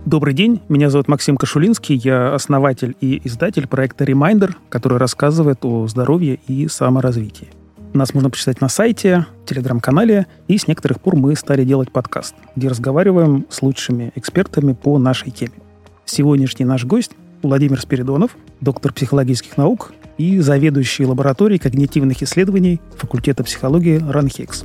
Добрый день, меня зовут Максим Кашулинский, я основатель и издатель проекта Reminder, который рассказывает о здоровье и саморазвитии. Нас можно почитать на сайте, в телеграм-канале, и с некоторых пор мы стали делать подкаст, где разговариваем с лучшими экспертами по нашей теме. Сегодняшний наш гость Владимир Спиридонов, доктор психологических наук и заведующий лабораторией когнитивных исследований факультета психологии РАНХЕКС.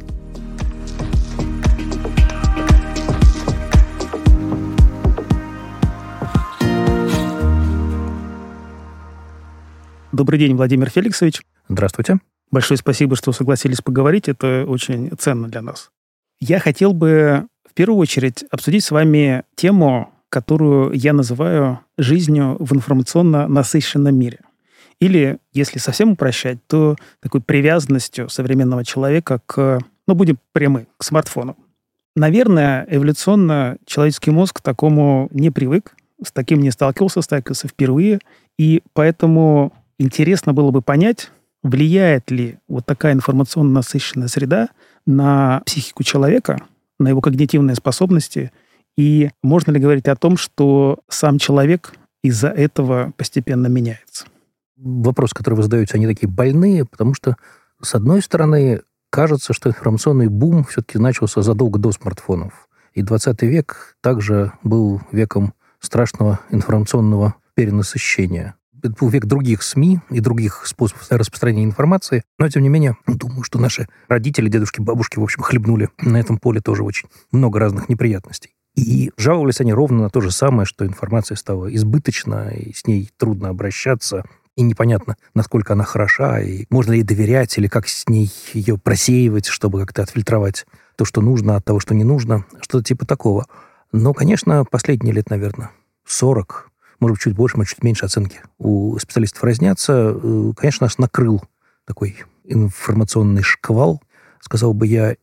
Добрый день, Владимир Феликсович. Здравствуйте. Большое спасибо, что согласились поговорить. Это очень ценно для нас. Я хотел бы в первую очередь обсудить с вами тему, которую я называю «жизнью в информационно насыщенном мире». Или, если совсем упрощать, то такой привязанностью современного человека будем прямы, к смартфону. Наверное, эволюционно человеческий мозг к такому не привык, с таким не сталкивался впервые, и поэтому интересно было бы понять, влияет ли вот такая информационно насыщенная среда на психику человека, на его когнитивные способности, и можно ли говорить о том, что сам человек из-за этого постепенно меняется? Вопросы, которые вы задаете, они такие больные, потому что, с одной стороны, кажется, что информационный бум все-таки начался задолго до смартфонов. И 20 век также был веком страшного информационного перенасыщения. Это был век других СМИ и других способов распространения информации. Но, тем не менее, думаю, что наши родители, дедушки, бабушки, в общем, хлебнули на этом поле тоже очень много разных неприятностей. И жаловались они ровно на то же самое, что информация стала избыточна, и с ней трудно обращаться, и непонятно, насколько она хороша, и можно ли ей доверять, или как с ней ее просеивать, чтобы как-то отфильтровать то, что нужно, от того, что не нужно, что-то типа такого. Но, конечно, последние лет, наверное, 40, может быть, чуть больше, может, чуть меньше оценки у специалистов разнятся. Конечно, нас накрыл такой информационный шквал, сказал бы я.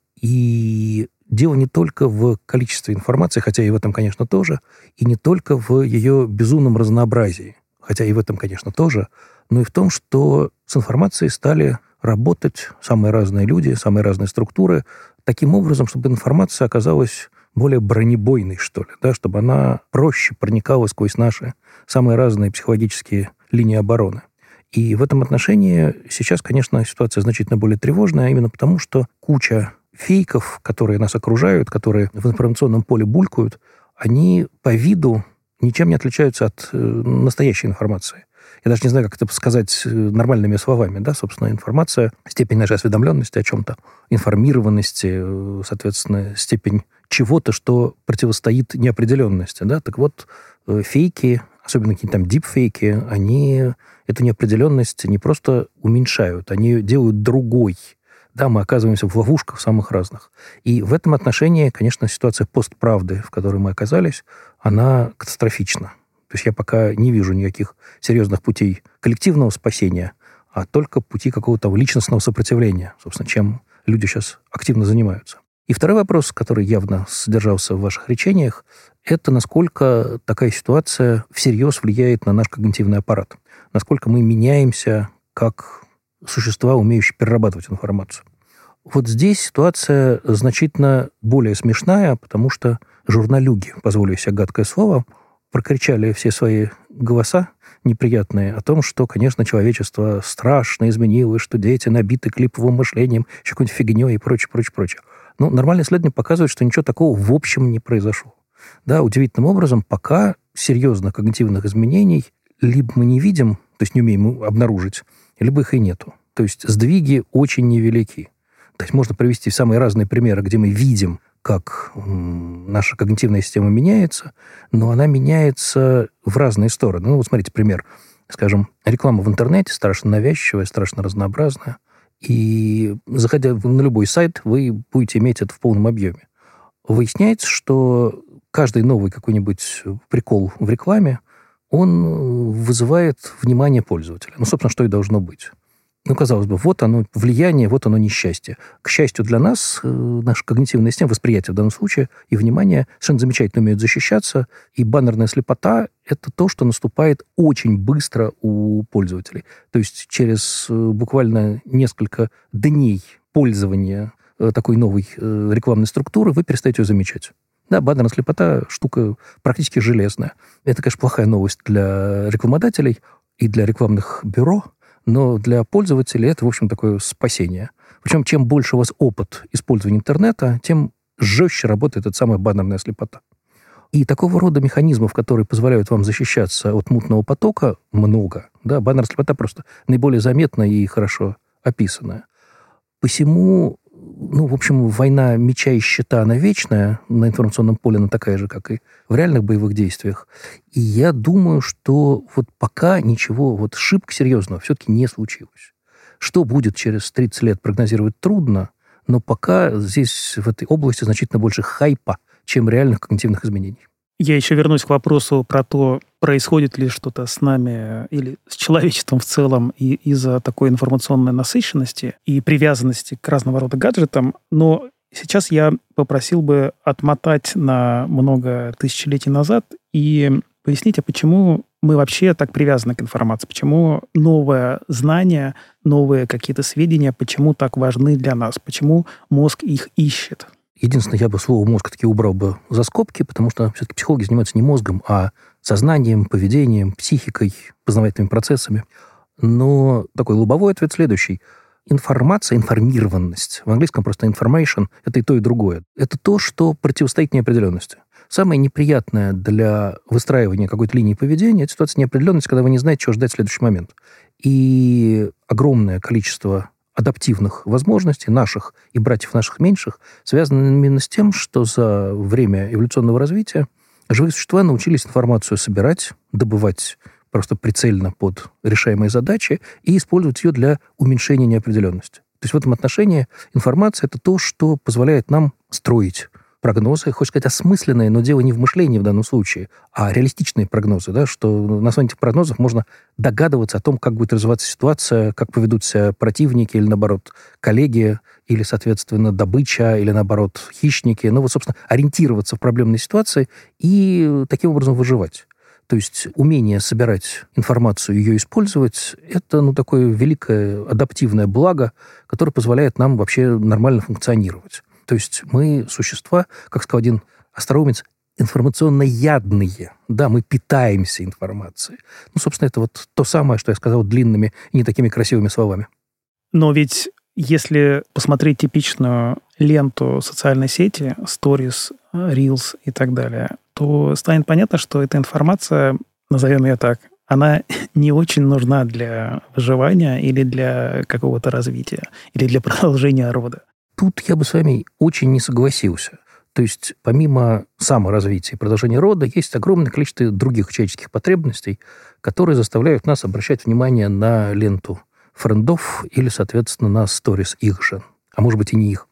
И дело не только в количестве информации, хотя и в этом, конечно, тоже, и не только в ее безумном разнообразии, хотя и в этом, конечно, тоже, но и в том, что с информацией стали работать самые разные люди, самые разные структуры, таким образом, чтобы информация оказалась более бронебойной, что ли, да, чтобы она проще проникала сквозь наши самые разные психологические линии обороны. И в этом отношении сейчас, конечно, ситуация значительно более тревожная, именно потому, что куча фейков, которые нас окружают, которые в информационном поле булькают, они по виду ничем не отличаются от настоящей информации. Я даже не знаю, как это сказать нормальными словами. Да? Собственно, информация, степень нашей осведомленности о чем-то, информированности, соответственно, степень чего-то, что противостоит неопределенности. Да? Так вот, фейки, особенно какие-то там дипфейки, они эту неопределенность не просто уменьшают, они делают другой. Да, мы оказываемся в ловушках самых разных. И в этом отношении, конечно, ситуация постправды, в которой мы оказались, она катастрофична. То есть я пока не вижу никаких серьезных путей коллективного спасения, а только пути какого-то личностного сопротивления, собственно, чем люди сейчас активно занимаются. И второй вопрос, который явно содержался в ваших речениях, это насколько такая ситуация всерьез влияет на наш когнитивный аппарат, насколько мы меняемся как существа, умеющие перерабатывать информацию. Вот здесь ситуация значительно более смешная, потому что журналюги, позволю себе гадкое слово, прокричали все свои голоса неприятные о том, что, конечно, человечество страшно изменилось, что дети набиты клиповым мышлением, еще какой-нибудь фигней и прочее, прочее, прочее. Но нормальные исследования показывают, что ничего такого в общем не произошло. Да, удивительным образом, пока серьезных когнитивных изменений либо мы не видим, то есть не умеем обнаружить, либо их и нету. То есть сдвиги очень невелики. То есть можно привести самые разные примеры, где мы видим, как наша когнитивная система меняется, но она меняется в разные стороны. Ну, вот смотрите, пример. Скажем, реклама в интернете страшно навязчивая, страшно разнообразная. И заходя на любой сайт, вы будете иметь это в полном объеме. Выясняется, что каждый новый какой-нибудь прикол в рекламе, он вызывает внимание пользователя. Ну, собственно, что и должно быть. Ну, казалось бы, вот оно влияние, вот оно несчастье. К счастью для нас, наша когнитивная система, восприятие в данном случае и внимание совершенно замечательно умеют защищаться, и баннерная слепота – это то, что наступает очень быстро у пользователей. То есть через буквально несколько дней пользования такой новой рекламной структуры вы перестаете ее замечать. Да, баннерная слепота – штука практически железная. Это, конечно, плохая новость для рекламодателей и для рекламных бюро, но для пользователей это, в общем, такое спасение. Причем, чем больше у вас опыт использования интернета, тем жестче работает эта самая баннерная слепота. И такого рода механизмов, которые позволяют вам защищаться от мутного потока, много. Да, баннерная слепота просто наиболее заметна и хорошо описанная. Посему, в общем, война меча и щита, она вечная, на информационном поле она такая же, как и в реальных боевых действиях. И я думаю, что вот пока ничего шибко серьезного все-таки не случилось. Что будет через 30 лет, прогнозировать трудно, но пока здесь в этой области значительно больше хайпа, чем реальных когнитивных изменений. Я еще вернусь к вопросу про то, происходит ли что-то с нами или с человечеством в целом из-за такой информационной насыщенности и привязанности к разного рода гаджетам. Но сейчас я попросил бы отмотать на много тысячелетий назад и пояснить, а почему мы вообще так привязаны к информации, почему новое знание, новые какие-то сведения, почему так важны для нас, почему мозг их ищет. Единственное, я бы слово «мозг» таки убрал бы за скобки, потому что все-таки психологи занимаются не мозгом, а сознанием, поведением, психикой, познавательными процессами. Но такой лобовой ответ следующий. Информация, информированность, в английском просто information, это и то, и другое. Это то, что противостоит неопределенности. Самое неприятное для выстраивания какой-то линии поведения – это ситуация неопределенности, когда вы не знаете, чего ждать в следующий момент. И огромное количество адаптивных возможностей наших и братьев наших меньших связано именно с тем, что за время эволюционного развития живые существа научились информацию собирать, добывать просто прицельно под решаемые задачи и использовать ее для уменьшения неопределенности. То есть в этом отношении информация – это то, что позволяет нам строить прогнозы, хочется сказать, осмысленные, но дело не в мышлении в данном случае, а реалистичные прогнозы, да, что на основе этих прогнозов можно догадываться о том, как будет развиваться ситуация, как поведут себя противники или, наоборот, коллеги, или, соответственно, добыча, или, наоборот, хищники. Собственно, ориентироваться в проблемной ситуации и таким образом выживать. То есть умение собирать информацию, ее использовать, это такое великое адаптивное благо, которое позволяет нам вообще нормально функционировать. То есть мы существа, как сказал один остроумец, информационно-ядные. Да, мы питаемся информацией. Собственно, это то самое, что я сказал длинными и не такими красивыми словами. Но ведь если посмотреть типичную ленту социальной сети, stories, reels и так далее, то станет понятно, что эта информация, назовем ее так, она не очень нужна для выживания или для какого-то развития, или для продолжения рода. Тут я бы с вами очень не согласился. То есть помимо саморазвития и продолжения рода есть огромное количество других человеческих потребностей, которые заставляют нас обращать внимание на ленту френдов или, соответственно, на сторис их же. А может быть, и не их.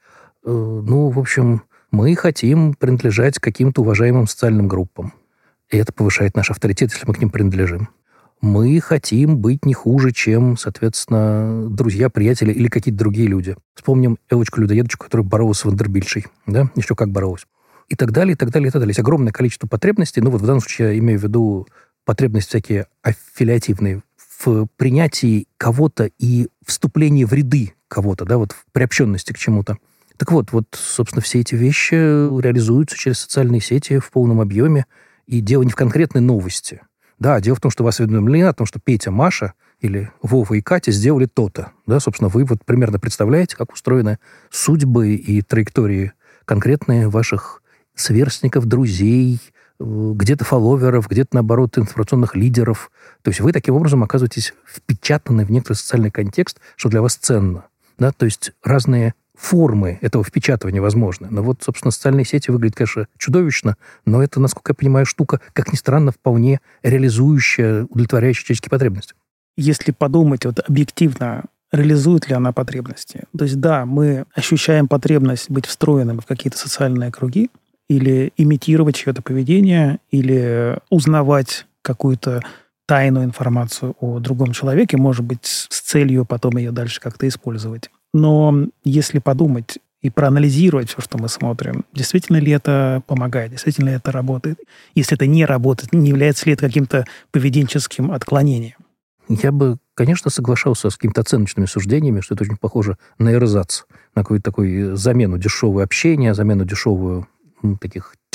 В общем, мы хотим принадлежать каким-то уважаемым социальным группам. И это повышает наш авторитет, если мы к ним принадлежим. Мы хотим быть не хуже, чем, соответственно, друзья, приятели или какие-то другие люди. Вспомним Элочку-людоедочку, которая боролась с Вандербильшей. Да? Еще как боролась. И так далее, и так далее, и так далее. Есть огромное количество потребностей. В данном случае я имею в виду потребности всякие аффилиативные в принятии кого-то и вступлении в ряды кого-то, да, в приобщенности к чему-то. Так вот, собственно, все эти вещи реализуются через социальные сети в полном объеме. И дело не в конкретной новости. Да, дело в том, что вас уведомлено о том, что Петя, Маша или Вова и Катя сделали то-то. Да, собственно, вы примерно представляете, как устроены судьбы и траектории конкретные ваших сверстников, друзей, где-то фолловеров, где-то, наоборот, информационных лидеров. То есть вы таким образом оказываетесь впечатаны в некоторый социальный контекст, что для вас ценно. Да? То есть разные формы этого впечатывания возможны. Но собственно, социальные сети выглядят, конечно, чудовищно, но это, насколько я понимаю, штука, как ни странно, вполне реализующая, удовлетворяющая человеческие потребности. Если подумать объективно, реализует ли она потребности? То есть, да, мы ощущаем потребность быть встроенным в какие-то социальные круги, или имитировать чье-то поведение, или узнавать какую-то тайную информацию о другом человеке, может быть, с целью потом ее дальше как-то использовать. Но если подумать и проанализировать все, что мы смотрим, действительно ли это помогает, действительно ли это работает? Если это не работает, не является ли это каким-то поведенческим отклонением? Я бы, конечно, соглашался с какими-то оценочными суждениями, что это очень похоже на эрзац, на какую-то такую замену дешевого общения, замену дешевую таких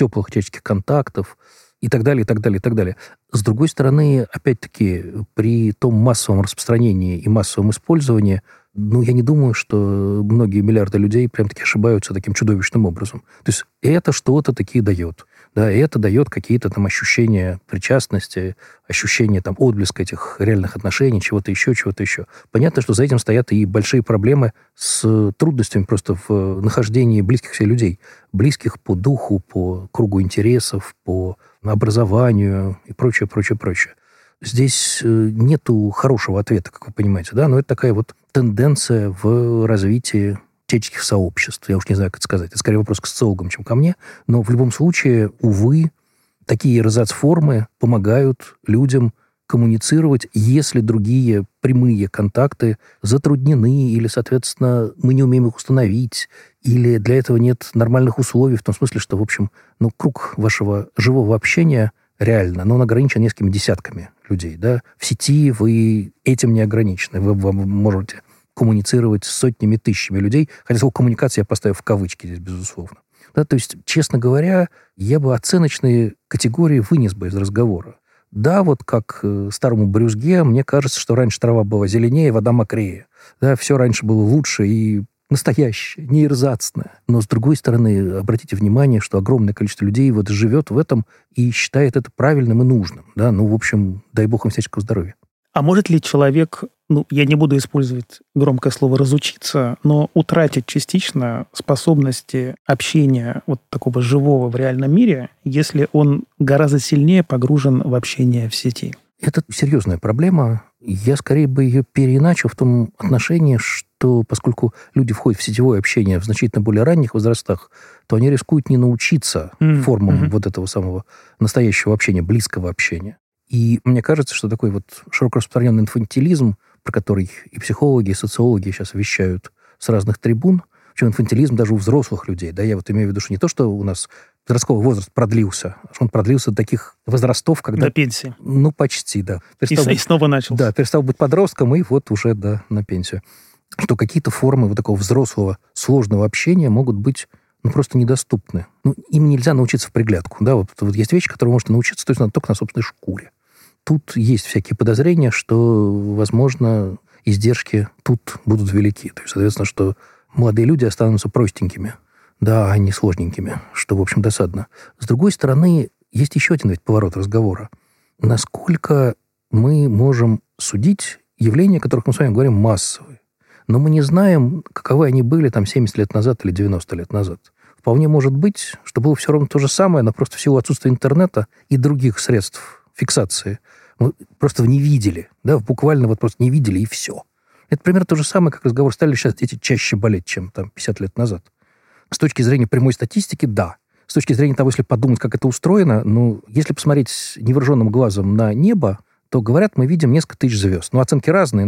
теплых человеческих контактов и так далее, и так далее, и так далее. С другой стороны, опять-таки, при том массовом распространении и массовом использовании, я не думаю, что многие миллиарды людей прям-таки ошибаются таким чудовищным образом. То есть это что-то таки дает. Да, и это дает какие-то там ощущения причастности, ощущения там отблеска этих реальных отношений, чего-то еще, чего-то еще. Понятно, что за этим стоят и большие проблемы с трудностями просто в нахождении близких себе людей. Близких по духу, по кругу интересов, по образованию и прочее, прочее, прочее. Здесь нету хорошего ответа, как вы понимаете, да, но это такая вот тенденция в развитии человеческих сообществ. Я уж не знаю, как это сказать. Это скорее вопрос к социологам, чем ко мне. Но в любом случае, увы, такие эрзац-формы помогают людям коммуницировать, если другие прямые контакты затруднены, или, соответственно, мы не умеем их установить, или для этого нет нормальных условий, в том смысле, что, в общем, круг вашего живого общения реально, но он ограничен несколькими десятками людей. Да? В сети вы этим не ограничены. Вы можете коммуницировать с сотнями, тысячами людей, хотя слово «коммуникация» я поставил в кавычки здесь, безусловно. Да, то есть, честно говоря, я бы оценочные категории вынес бы из разговора. Да, вот как старому брюзге, мне кажется, что раньше трава была зеленее, вода мокрее. Да, все раньше было лучше и настоящее, не эрзацное. Но, с другой стороны, обратите внимание, что огромное количество людей вот живет в этом и считает это правильным и нужным. Да? В общем, дай бог им всяческого здоровья. А может ли человек, я не буду использовать громкое слово «разучиться», но утратить частично способности общения вот такого живого в реальном мире, если он гораздо сильнее погружен в общение в сети? Это серьезная проблема. Я скорее бы ее переиначил в том отношении, что поскольку люди входят в сетевое общение в значительно более ранних возрастах, то они рискуют не научиться формам вот этого самого настоящего общения, близкого общения. И мне кажется, что такой вот широко распространенный инфантилизм, про который и психологи, и социологи сейчас вещают с разных трибун, причем инфантилизм даже у взрослых людей, да, я вот имею в виду, что не то, что у нас подростковый возраст продлился, что он продлился до таких возрастов, когда... До пенсии. Почти, да. И снова начался. Да, перестал быть подростком, и вот уже, да, на пенсию. Что какие-то формы вот такого взрослого, сложного общения могут быть просто недоступны. Им нельзя научиться в приглядку, да, вот есть вещи, которые можно научиться, то есть надо только на собственной шкуре. Тут есть всякие подозрения, что, возможно, издержки тут будут велики. То есть, соответственно, что молодые люди останутся простенькими, да, а не сложненькими, что, в общем, досадно. С другой стороны, есть еще один ведь поворот разговора. Насколько мы можем судить явления, о которых мы с вами говорим, массовые, но мы не знаем, каковы они были там 70 лет назад или 90 лет назад. Вполне может быть, что было все равно то же самое, но просто в силу отсутствия интернета и других средств фиксации мы просто не видели, да, буквально вот просто не видели, и все. Это примерно то же самое, как разговор, стали сейчас дети чаще болеть, чем там 50 лет назад. С точки зрения прямой статистики, да. С точки зрения того, если подумать, как это устроено, если посмотреть невооруженным глазом на небо, то, говорят, мы видим несколько тысяч звезд. Оценки разные,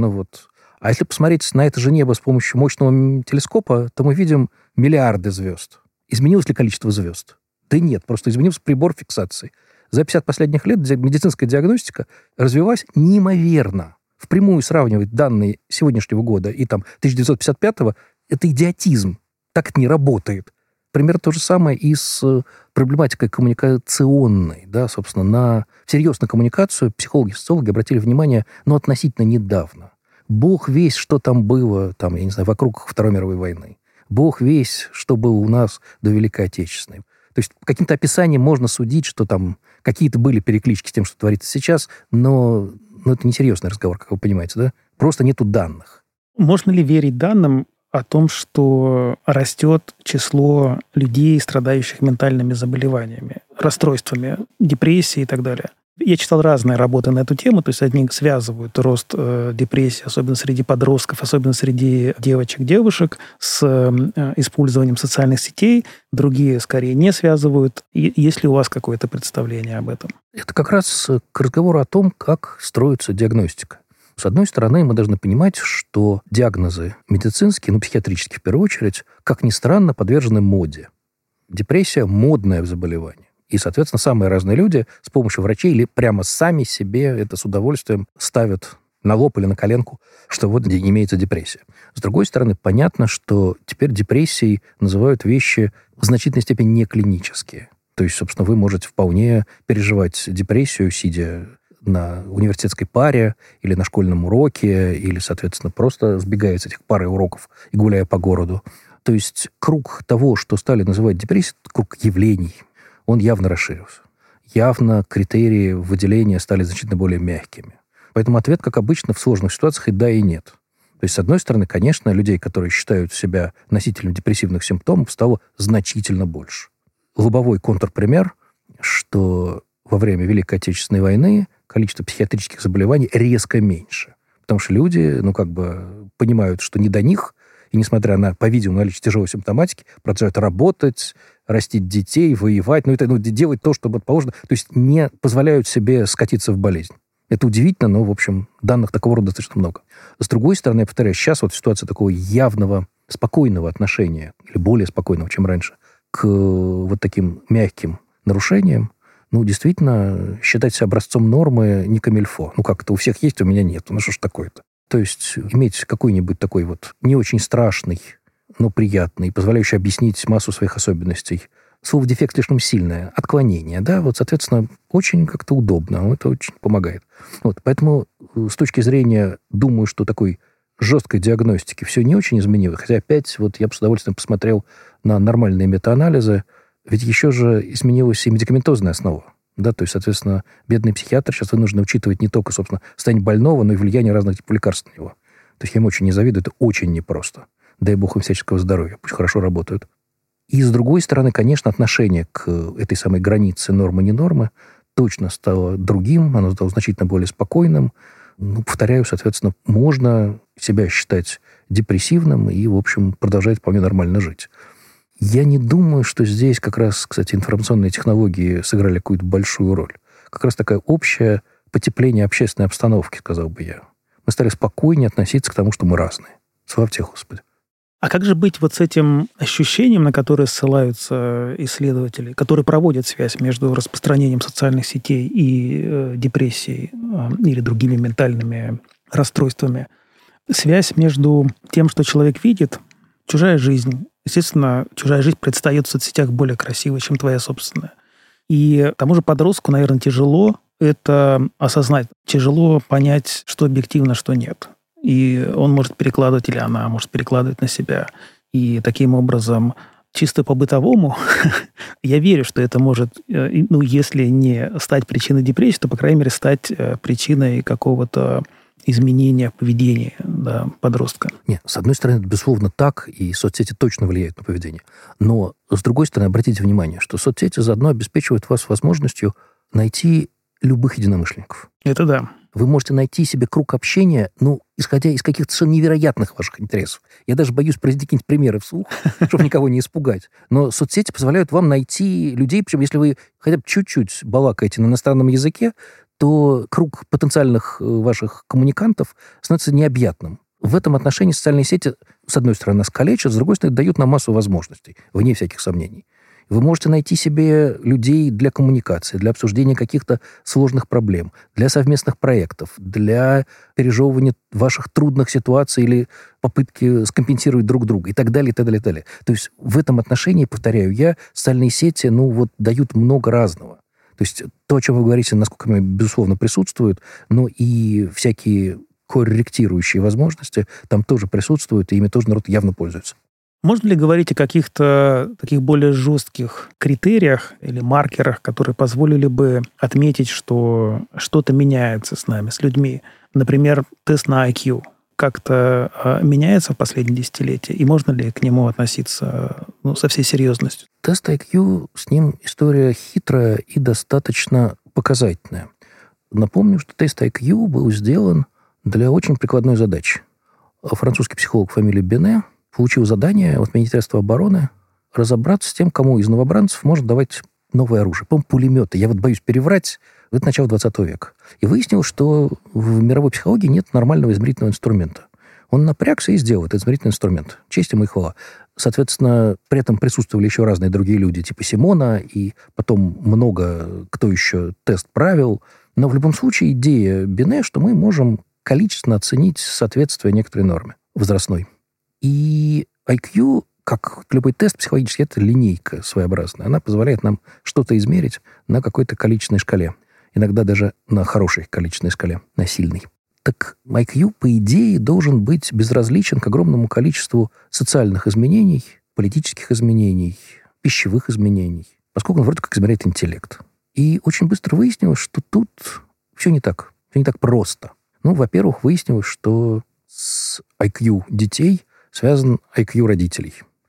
А если посмотреть на это же небо с помощью мощного телескопа, то мы видим миллиарды звезд. Изменилось ли количество звезд? Да нет, просто изменился прибор фиксации. За 50 последних лет медицинская диагностика развивалась неимоверно. Впрямую сравнивать данные сегодняшнего года и 1955-го – это идиотизм. Так это не работает. Примерно то же самое и с проблематикой коммуникационной. Да, собственно, на серьезную коммуникацию психологи и социологи обратили внимание, относительно недавно. Бог весь, что там было, вокруг Второй мировой войны. Бог весь, что было у нас до Великой Отечественной. То есть по каким-то описаниям можно судить, что там какие-то были переклички с тем, что творится сейчас, но это несерьезный разговор, как вы понимаете, да? Просто нету данных. Можно ли верить данным о том, что растет число людей, страдающих ментальными заболеваниями, расстройствами, депрессией и так далее? Я читал разные работы на эту тему, то есть одни связывают рост депрессии, особенно среди подростков, особенно среди девочек-девушек, с использованием социальных сетей, другие скорее не связывают. Есть ли у вас какое-то представление об этом? Это как раз к разговору о том, как строится диагностика. С одной стороны, мы должны понимать, что диагнозы медицинские, психиатрические в первую очередь, как ни странно, подвержены моде. Депрессия – модное заболевание. И, соответственно, самые разные люди с помощью врачей или прямо сами себе это с удовольствием ставят на лоб или на коленку, что вот имеется депрессия. С другой стороны, понятно, что теперь депрессией называют вещи в значительной степени не клинические. То есть, собственно, вы можете вполне переживать депрессию, сидя на университетской паре или на школьном уроке, или, соответственно, просто сбегая с этих пар и уроков и гуляя по городу. То есть круг того, что стали называть депрессией, круг явлений, он явно расширился. Явно критерии выделения стали значительно более мягкими. Поэтому ответ, как обычно, в сложных ситуациях и да, и нет. То есть, с одной стороны, конечно, людей, которые считают себя носителем депрессивных симптомов, стало значительно больше. Лобовой контрпример, что во время Великой Отечественной войны количество психиатрических заболеваний резко меньше. Потому что люди, понимают, что не до них, и несмотря на, по-видимому, наличие тяжелой симптоматики, продолжают работать, растить детей, воевать, делать то, что положено. То есть не позволяют себе скатиться в болезнь. Это удивительно, но, в общем, данных такого рода достаточно много. С другой стороны, я повторяю, сейчас в ситуации такого явного, спокойного отношения, или более спокойного, чем раньше, к таким мягким нарушениям, действительно, считать себя образцом нормы не камильфо. Как-то у всех есть, у меня нет. Что ж такое-то? То есть иметь какой-нибудь такой не очень страшный, но приятный, позволяющий объяснить массу своих особенностей. Слово «дефект» слишком сильное. Отклонение, да? Соответственно, очень как-то удобно. Это очень помогает. Поэтому с точки зрения, думаю, что такой жесткой диагностики все не очень изменилось. Хотя опять я бы с удовольствием посмотрел на нормальные метаанализы. Ведь еще же изменилась и медикаментозная основа. Да, то есть, соответственно, бедный психиатр сейчас вынужден учитывать не только, собственно, состояние больного, но и влияние разных типов лекарств на него. То есть я им очень не завидую, это очень непросто. Дай бог им всяческого здоровья, пусть хорошо работают. И, с другой стороны, конечно, отношение к этой самой границе нормы-не нормы точно стало другим, оно стало значительно более спокойным. Повторяю, соответственно, можно себя считать депрессивным и, в общем, продолжать вполне нормально жить. Я не думаю, что здесь как раз, кстати, информационные технологии сыграли какую-то большую роль. Как раз такое общее потепление общественной обстановки, сказал бы я. Мы стали спокойнее относиться к тому, что мы разные. Слава тебе, Господи. А как же быть с этим ощущением, на которое ссылаются исследователи, которые проводят связь между распространением социальных сетей и депрессией или другими ментальными расстройствами? Связь между тем, что человек видит, чужая жизнь. Естественно, чужая жизнь предстает в соцсетях более красивой, чем твоя собственная. И тому же подростку, наверное, тяжело это осознать. Тяжело понять, что объективно, что нет. И он может перекладывать, или она может перекладывать на себя. И таким образом, чисто по-бытовому, я верю, что это может, если не стать причиной депрессии, то, по крайней мере, стать причиной какого-то изменения поведения подростка. Нет, с одной стороны, это безусловно так, и соцсети точно влияют на поведение. Но, с другой стороны, обратите внимание, что соцсети заодно обеспечивают вас возможностью найти любых единомышленников. Это да. Вы можете найти себе круг общения, исходя из каких-то совершенно невероятных ваших интересов. Я даже боюсь произвести какие-нибудь примеры вслух, чтобы никого не испугать. Но соцсети позволяют вам найти людей, причем если вы хотя бы чуть-чуть балакаете на иностранном языке, то круг потенциальных ваших коммуникантов становится необъятным. В этом отношении социальные сети, с одной стороны, нас калечат, с другой стороны, дают нам массу возможностей, вне всяких сомнений. Вы можете найти себе людей для коммуникации, для обсуждения каких-то сложных проблем, для совместных проектов, для пережевывания ваших трудных ситуаций или попытки скомпенсировать друг друга и так далее, и так далее, и так далее. То есть в этом отношении, повторяю я, социальные сети, дают много разного. То есть то, о чем вы говорите, насколько мне, безусловно, присутствует, но и всякие корректирующие возможности там тоже присутствуют, и ими тоже народ явно пользуется. Можно ли говорить о каких-то таких более жестких критериях или маркерах, которые позволили бы отметить, что что-то меняется с нами, с людьми? Например, тест на IQ как-то меняется в последние десятилетия, и можно ли к нему относиться со всей серьезностью? Тест IQ, с ним история хитрая и достаточно показательная. Напомню, что тест IQ был сделан для очень прикладной задачи. Французский психолог фамилии Бене получил задание от Министерства обороны разобраться с тем, кому из новобранцев может давать новое оружие. По-моему, пулеметы. Я боюсь переврать. Это начало 20 века. И выяснил, что в мировой психологии нет нормального измерительного инструмента. Он напрягся и сделал этот измерительный инструмент. Честь ему и хвала. Соответственно, при этом присутствовали еще разные другие люди, типа Симона, и потом много кто еще тест правил. Но в любом случае идея Бене, что мы можем количественно оценить соответствие некоторой норме возрастной. И IQ как любой тест психологический, это линейка своеобразная. Она позволяет нам что-то измерить на какой-то количественной шкале. Иногда даже на хорошей количественной шкале, на сильной. Так IQ, по идее, должен быть безразличен к огромному количеству социальных изменений, политических изменений, пищевых изменений, поскольку он вроде как измеряет интеллект. И очень быстро выяснилось, что тут все не так. Все не так просто. Ну, во-первых, выяснилось, что с IQ детей связан IQ родителей.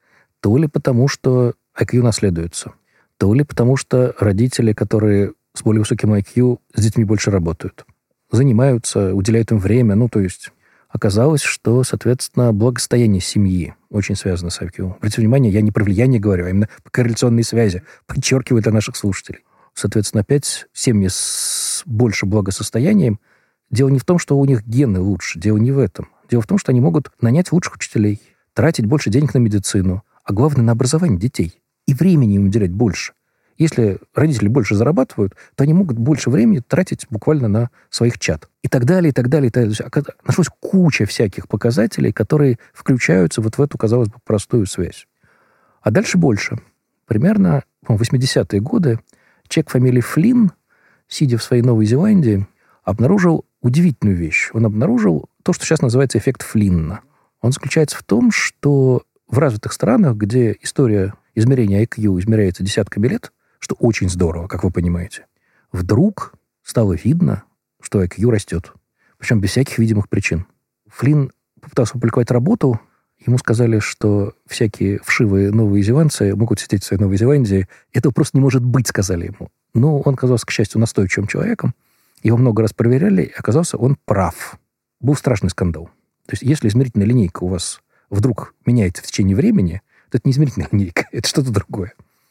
То ли потому, что IQ наследуется, то ли потому, что родители, которые с более высоким IQ, с детьми больше работают, занимаются, уделяют им время. Ну, то есть оказалось, что, соответственно, благосостояние семьи очень связано с IQ. Обратите внимание, я не про влияние говорю, а именно по корреляционной связи. Подчеркиваю для наших слушателей. Соответственно, опять семьи с большим благосостоянием. Дело не в том, что у них гены лучше. Дело не в этом. Дело в том, что они могут нанять лучших учителей, тратить больше денег на медицину, а главное, на образование детей. И времени им уделять больше. Если родители больше зарабатывают, то они могут больше времени тратить буквально на своих чад. И так далее, и так далее, и так далее. Нашлось куча всяких показателей, которые включаются вот в эту, казалось бы, простую связь. А дальше больше. Примерно в 80-е годы человек фамилии Флинн, сидя в своей Новой Зеландии, обнаружил удивительную вещь. Он обнаружил то, что сейчас называется эффект Флинна. Он заключается в том, что в развитых странах, где история измерения IQ измеряется десятками лет, что очень здорово, как вы понимаете, вдруг стало видно, что IQ растет. Причем без всяких видимых причин. Флинн попытался опубликовать работу, ему сказали, что всякие вшивые новозеландцы могут сидеть в своей Новой Зеландии. Этого просто не может быть, сказали ему. Но он оказался, к счастью, настойчивым человеком. Его много раз проверяли, и оказался он прав. Был страшный скандал. То есть, если измерительная линейка у вас вдруг меняется в течение времени, то это не измерительная линейка, это что-то другое.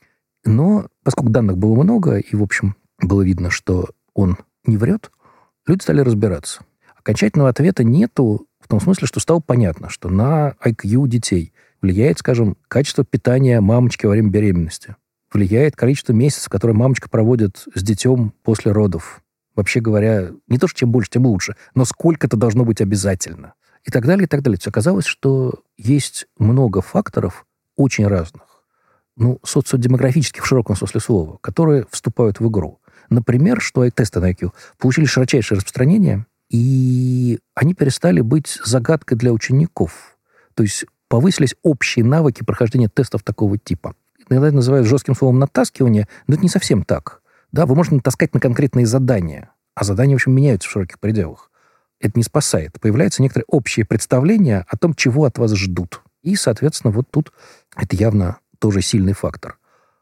Но поскольку данных было много, и, в общем, было видно, что он не врет, люди стали разбираться. Окончательного ответа нету в том смысле, что стало понятно, что на IQ детей влияет, скажем, качество питания мамочки во время беременности. Влияет количество месяцев, которые мамочка проводит с детем после родов. Вообще говоря, не то, что чем больше, тем лучше, но сколько-то должно быть обязательно. И так далее, и так далее. Оказалось, что есть много факторов очень разных, социодемографических в широком смысле слова, которые вступают в игру. Например, что тесты на IQ получили широчайшее распространение, и они перестали быть загадкой для учеников. То есть повысились общие навыки прохождения тестов такого типа. Иногда это называют жестким словом натаскивание, но это не совсем так. Да, вы можете натаскать на конкретные задания, а задания, в общем, меняются в широких пределах. Это не спасает. Появляются некоторые общие представления о том, чего от вас ждут. И, соответственно, вот тут это явно тоже сильный фактор.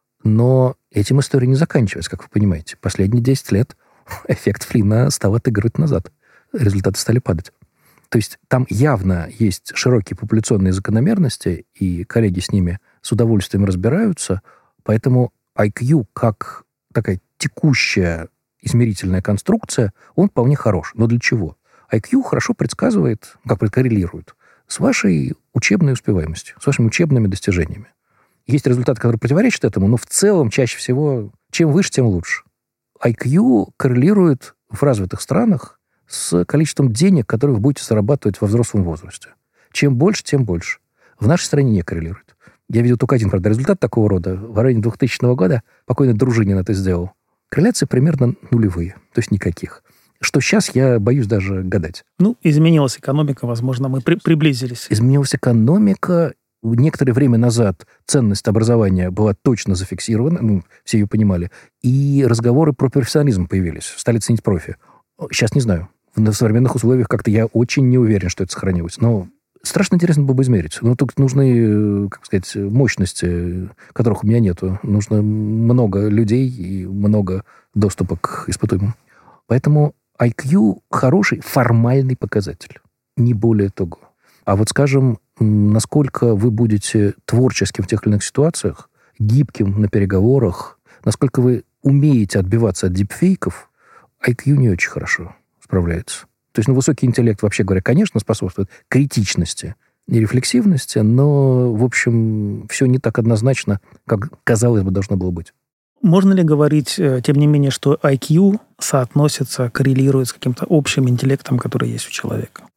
Но этим история не заканчивается, как вы понимаете. Последние 10 лет эффект Флинна стал отыгрывать назад. Результаты стали падать. То есть там явно есть широкие популяционные закономерности, и коллеги с ними с удовольствием разбираются. Поэтому IQ как такая текущая измерительная конструкция, он вполне хорош. Но для чего? IQ хорошо предсказывает, коррелирует с вашей учебной успеваемостью, с вашими учебными достижениями. Есть результаты, которые противоречат этому, но в целом чаще всего чем выше, тем лучше. IQ коррелирует в развитых странах с количеством денег, которые вы будете зарабатывать во взрослом возрасте. Чем больше, тем больше. В нашей стране не коррелирует. Я видел только один, правда, результат такого рода. В районе 2000 года покойный Дружинин это сделал. Корреляции примерно нулевые, то есть никаких. Что сейчас, я боюсь даже гадать. Изменилась экономика, возможно, мы приблизились. Изменилась экономика. Некоторое время назад ценность образования была точно зафиксирована, все ее понимали, и разговоры про профессионализм появились, стали ценить профи. Сейчас не знаю. В современных условиях как-то я очень не уверен, что это сохранилось. Но страшно интересно было бы измерить. Но тут нужны, мощности, которых у меня нету. Нужно много людей и много доступа к испытуемым. Поэтому IQ хороший формальный показатель. Не более того. А вот, скажем, насколько вы будете творческим в тех или иных ситуациях, гибким на переговорах, насколько вы умеете отбиваться от дипфейков, IQ не очень хорошо справляется. То есть, высокий интеллект, вообще говоря, конечно, способствует критичности и рефлексивности, но, в общем, все не так однозначно, как, казалось бы, должно было быть. Можно ли говорить, тем не менее, что IQ соотносится, коррелирует с каким-то общим интеллектом, который есть у человека?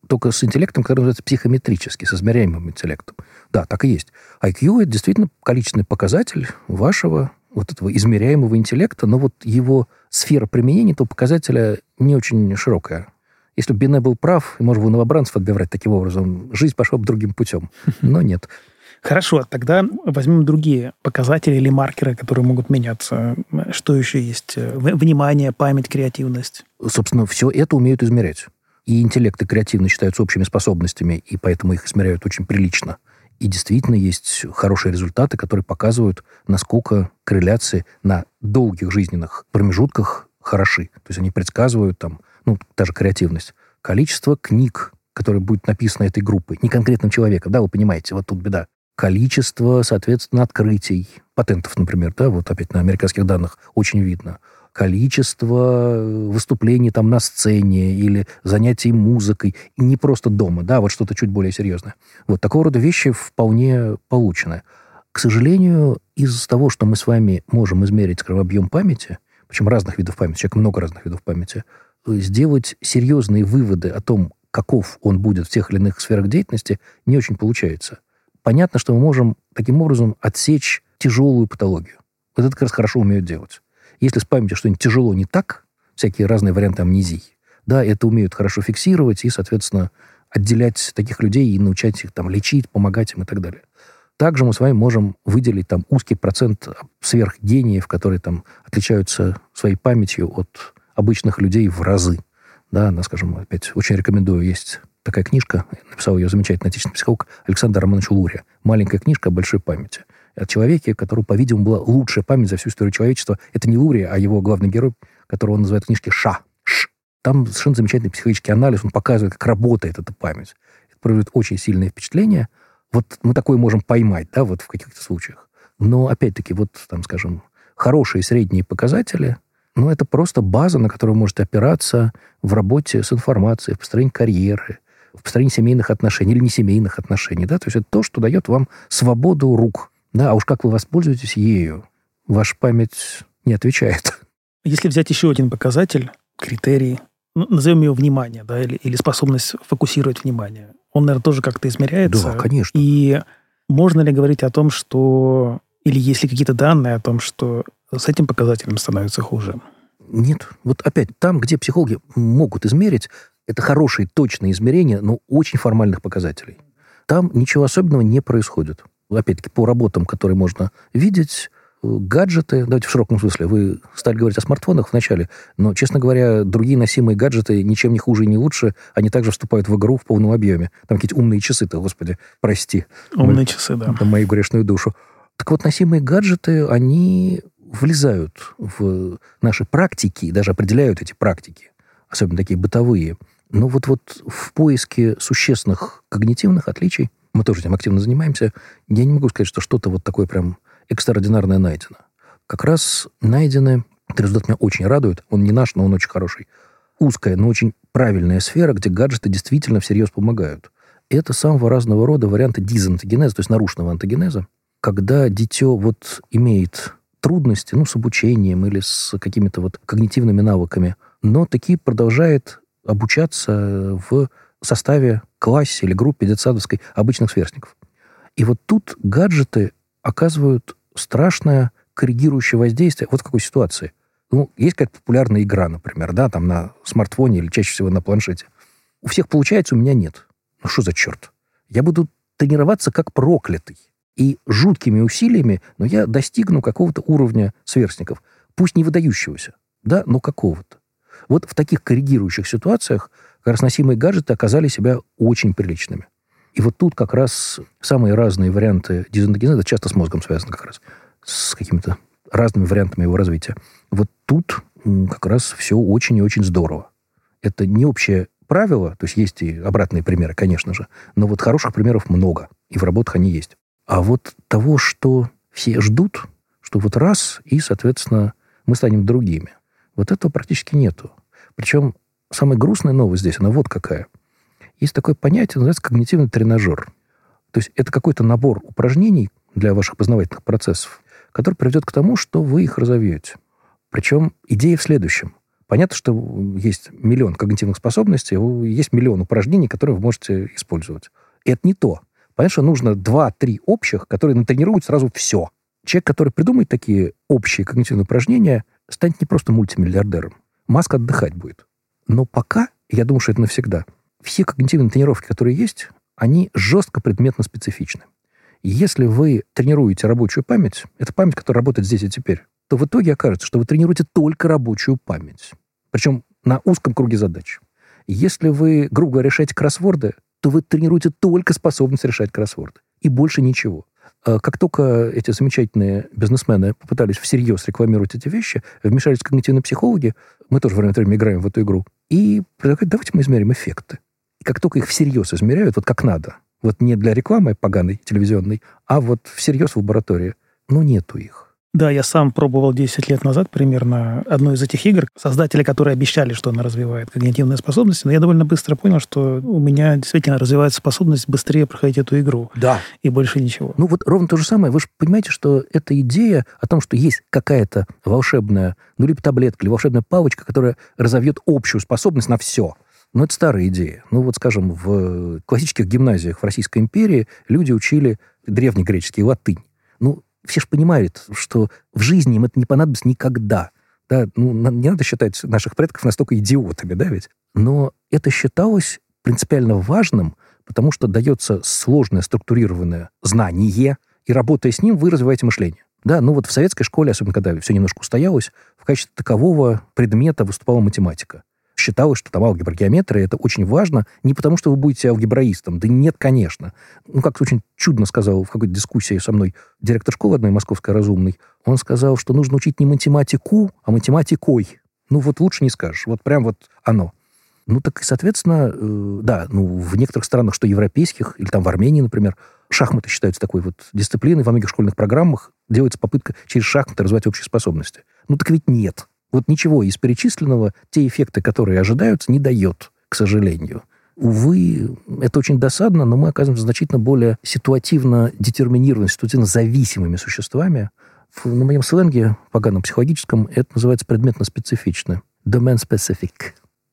только с интеллектом, который называется психометрический, с измеряемым интеллектом. Да, так и есть. IQ — это действительно количественный показатель вашего вот этого измеряемого интеллекта, но вот его сфера применения этого показателя не очень широкая. Если бы Бине был прав, и можно было новобранцев отбирать таким образом, жизнь пошла бы другим путем. Но нет. Хорошо, тогда возьмем другие показатели или маркеры, которые могут меняться. Что еще есть? Внимание, память, креативность. Собственно, все это умеют измерять. И интеллект, и креативность считаются общими способностями, и поэтому их измеряют очень прилично. И действительно есть хорошие результаты, которые показывают, насколько корреляции на долгих жизненных промежутках хороши. То есть они предсказывают там, та же креативность, количество книг, которые будут написаны этой группой, не конкретным человеком, да, вы понимаете, вот тут беда. Количество, соответственно, открытий, патентов, например, да, вот опять на американских данных очень видно. Количество выступлений там на сцене или занятий музыкой, и не просто дома, да, вот что-то чуть более серьезное. Вот такого рода вещи вполне получены. К сожалению, из того, что мы с вами можем измерить, скажем, объем памяти, причем разных видов памяти, человек много разных видов памяти, сделать серьезные выводы о том, каков он будет в тех или иных сферах деятельности, не очень получается. Понятно, что мы можем таким образом отсечь тяжелую патологию. Вот это как раз хорошо умеют делать. Если с памятью что-нибудь тяжело не так, всякие разные варианты амнезии, да, это умеют хорошо фиксировать и, соответственно, отделять таких людей и научать их там лечить, помогать им и так далее. Также мы с вами можем выделить там узкий процент сверхгениев, которые там отличаются своей памятью от обычных людей в разы. Да, скажем, опять очень рекомендую, есть такая книжка, написал ее замечательный отечественный психолог Александр Романович Лурия. Маленькая книжка о большой памяти. О человеке, у которого, по-видимому, была лучшая память за всю историю человечества. Это не Лурия, а его главный герой, которого он называет в книжке Ш. Там совершенно замечательный психологический анализ, он показывает, как работает эта память. Это производит очень сильное впечатление. Вот мы такое можем поймать, да, вот в каких-то случаях. Но, опять-таки, вот, там, скажем, хорошие средние показатели, это просто база, на которую вы можете опираться в работе с информацией, в построении карьеры, в построении семейных отношений или несемейных отношений, да, то есть это то, что дает вам свободу рук, да, а уж как вы воспользуетесь ею, ваша память не отвечает. Если взять еще один показатель, критерий, назовем его внимание, да, или способность фокусировать внимание, он, наверное, тоже как-то измеряется. Да, конечно. И можно ли говорить о том, что, или есть ли какие-то данные о том, что с этим показателем становится хуже? Нет. Вот опять, там, где психологи могут измерить, это хорошие, точные измерения, но очень формальных показателей. Там ничего особенного не происходит. Опять-таки, по работам, которые можно видеть, гаджеты, давайте в широком смысле, вы стали говорить о смартфонах вначале, но, честно говоря, другие носимые гаджеты ничем не хуже и не лучше, они также вступают в игру в полном объеме. Там какие-то умные часы-то, господи, прости. Умные часы, да. Мою грешную душу. Так вот, носимые гаджеты, они влезают в наши практики, даже определяют эти практики, особенно такие бытовые. Но вот в поиске существенных когнитивных отличий, мы тоже этим активно занимаемся, я не могу сказать, что что-то вот такое прям экстраординарное найдено. Как раз найдены, этот результат меня очень радует, он не наш, но он очень хороший, узкая, но очень правильная сфера, где гаджеты действительно всерьез помогают. Это самого разного рода варианты дизантогенеза, то есть нарушенного антогенеза, когда дитё имеет трудности, с обучением или с какими-то когнитивными навыками, но таки продолжает обучаться в составе, классе или группе детсадовской обычных сверстников. И вот тут гаджеты оказывают страшное коррегирующее воздействие. Вот в какой ситуации. Есть какая-то популярная игра, например, да, там на смартфоне или чаще всего на планшете. У всех получается, у меня нет. Что за черт? Я буду тренироваться как проклятый. И жуткими усилиями, но я достигну какого-то уровня сверстников. Пусть не выдающегося, да, но какого-то. Вот в таких коррегирующих ситуациях как раз носимые гаджеты оказали себя очень приличными. И вот тут как раз самые разные варианты дизантогенеза, часто с мозгом связаны как раз, с какими-то разными вариантами его развития. Вот тут как раз все очень и очень здорово. Это не общее правило, то есть есть и обратные примеры, конечно же, но вот хороших примеров много, и в работах они есть. А вот того, что все ждут, что вот раз, и, соответственно, мы станем другими, вот этого практически нету. Причем самая грустная новость здесь, она вот какая. Есть такое понятие, называется когнитивный тренажер. То есть это какой-то набор упражнений для ваших познавательных процессов, который приведет к тому, что вы их разовьете. Причем идея в следующем. Понятно, что есть миллион когнитивных способностей, есть миллион упражнений, которые вы можете использовать. И это не то. Понятно, что нужно 2-3 общих, которые натренируют сразу все. Человек, который придумает такие общие когнитивные упражнения, станет не просто мультимиллиардером. Маск отдыхать будет. Но пока, я думаю, что это навсегда, все когнитивные тренировки, которые есть, они жестко предметно специфичны. Если вы тренируете рабочую память, это память, которая работает здесь и теперь, то в итоге окажется, что вы тренируете только рабочую память. Причем на узком круге задач. Если вы, грубо говоря, решаете кроссворды, то вы тренируете только способность решать кроссворды. И больше ничего. Как только эти замечательные бизнесмены попытались всерьез рекламировать эти вещи, вмешались когнитивные психологи, мы тоже время от времени играем в эту игру, и предлагают, давайте мы измерим эффекты. И как только их всерьез измеряют, вот как надо, вот не для рекламы поганой телевизионной, а вот всерьез в лаборатории, нету их. Да, я сам пробовал 10 лет назад примерно одну из этих игр, создатели, которые обещали, что она развивает когнитивные способности, но я довольно быстро понял, что у меня действительно развивается способность быстрее проходить эту игру. Да. И больше ничего. Вот ровно то же самое. Вы же понимаете, что эта идея о том, что есть какая-то волшебная, либо таблетка, или волшебная палочка, которая разовьет общую способность на все. Это старая идея. Скажем, в классических гимназиях в Российской империи люди учили древнегреческий латынь. Все же понимают, что в жизни им это не понадобится никогда. Да? Не надо считать наших предков настолько идиотами, да ведь? Но это считалось принципиально важным, потому что дается сложное структурированное знание, и работая с ним, вы развиваете мышление. Да, в советской школе, особенно когда все немножко устоялось, в качестве такового предмета выступала математика. Считалось, что алгебра, геометрия — это очень важно, не потому что вы будете алгебраистом. Да нет, конечно. Как-то очень чудно сказал в какой-то дискуссии со мной директор школы одной московской разумной. Он сказал, что нужно учить не математику, а математикой. Лучше не скажешь. Прям оно. Так, соответственно, да, в некоторых странах, что европейских, или там в Армении, например, шахматы считаются такой дисциплиной. Во многих школьных программах делается попытка через шахматы развивать общие способности. Так ведь нет. Ничего из перечисленного, те эффекты, которые ожидаются, не дает, к сожалению. Увы, это очень досадно, но мы оказываемся значительно более ситуативно детерминированными, ситуативно зависимыми существами. На моем сленге, поганом психологическом, это называется предметно-специфично. Domain-specific.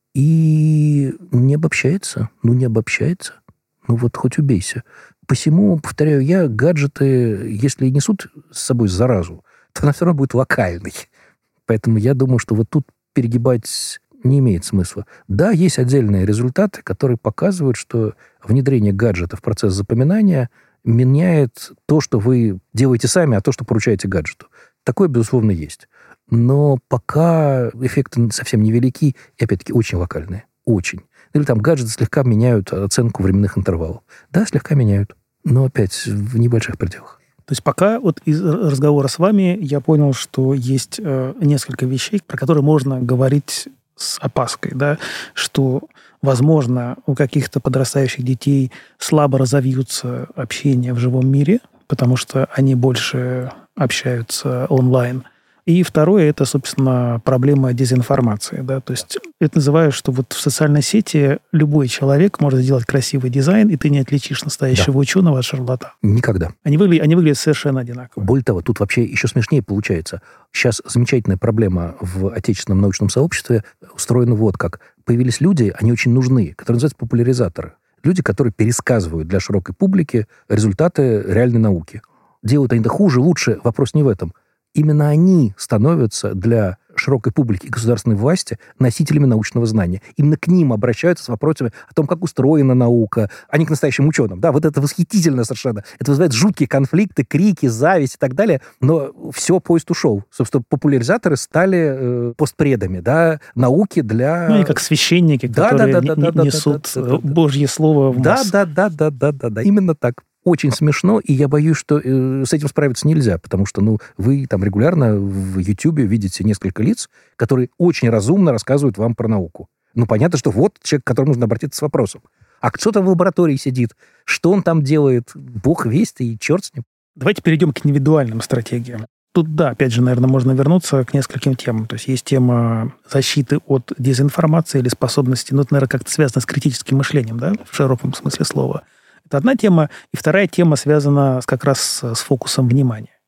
И не обобщается. Не обобщается. Хоть убейся. Посему, повторяю я, гаджеты, если и несут с собой заразу, то она все равно будет локальной. Поэтому я думаю, что тут перегибать не имеет смысла. Да, есть отдельные результаты, которые показывают, что внедрение гаджета в процесс запоминания меняет то, что вы делаете сами, а то, что поручаете гаджету. Такое, безусловно, есть. Но пока эффекты совсем невелики и, опять-таки, очень локальные. Очень. Или гаджеты слегка меняют оценку временных интервалов. Да, слегка меняют. Но, опять, в небольших пределах. То есть пока из разговора с вами я понял, что есть несколько вещей, про которые можно говорить с опаской, да, что, возможно, у каких-то подрастающих детей слабо разовьются общения в живом мире, потому что они больше общаются онлайн. И второе, это, собственно, проблема дезинформации. Да? То есть это называю, что в социальной сети любой человек может сделать красивый дизайн, и ты не отличишь настоящего ученого от шарлатана. Никогда. Они выглядят совершенно одинаково. Более того, тут вообще еще смешнее получается. Сейчас замечательная проблема в отечественном научном сообществе устроена как. Появились люди, они очень нужны, которые называются популяризаторы. Люди, которые пересказывают для широкой публики результаты реальной науки. Делают они это хуже, лучше, вопрос не в этом. Именно они становятся для широкой публики и государственной власти носителями научного знания. Именно к ним обращаются с вопросами о том, как устроена наука, а не к настоящим ученым. Да, это восхитительно совершенно. Это вызывает жуткие конфликты, крики, зависть и так далее. Но все, поезд ушел. Собственно, популяризаторы стали постпредами, да, науки для... и как священники, которые несут Божье Слово в массы. Да. Именно так. Очень смешно, и я боюсь, что с этим справиться нельзя, потому что, вы там регулярно в Ютьюбе видите несколько лиц, которые очень разумно рассказывают вам про науку. Понятно, что человек, к которому нужно обратиться с вопросом. А кто там в лаборатории сидит? Что он там делает? Бог весть, и черт с ним. Давайте перейдем к индивидуальным стратегиям. Тут, да, опять же, наверное, можно вернуться к нескольким темам. То есть есть тема защиты от дезинформации или способности, это, наверное, как-то связано с критическим мышлением, да, в широком смысле слова. Это одна тема. И вторая тема связана как раз с фокусом внимания.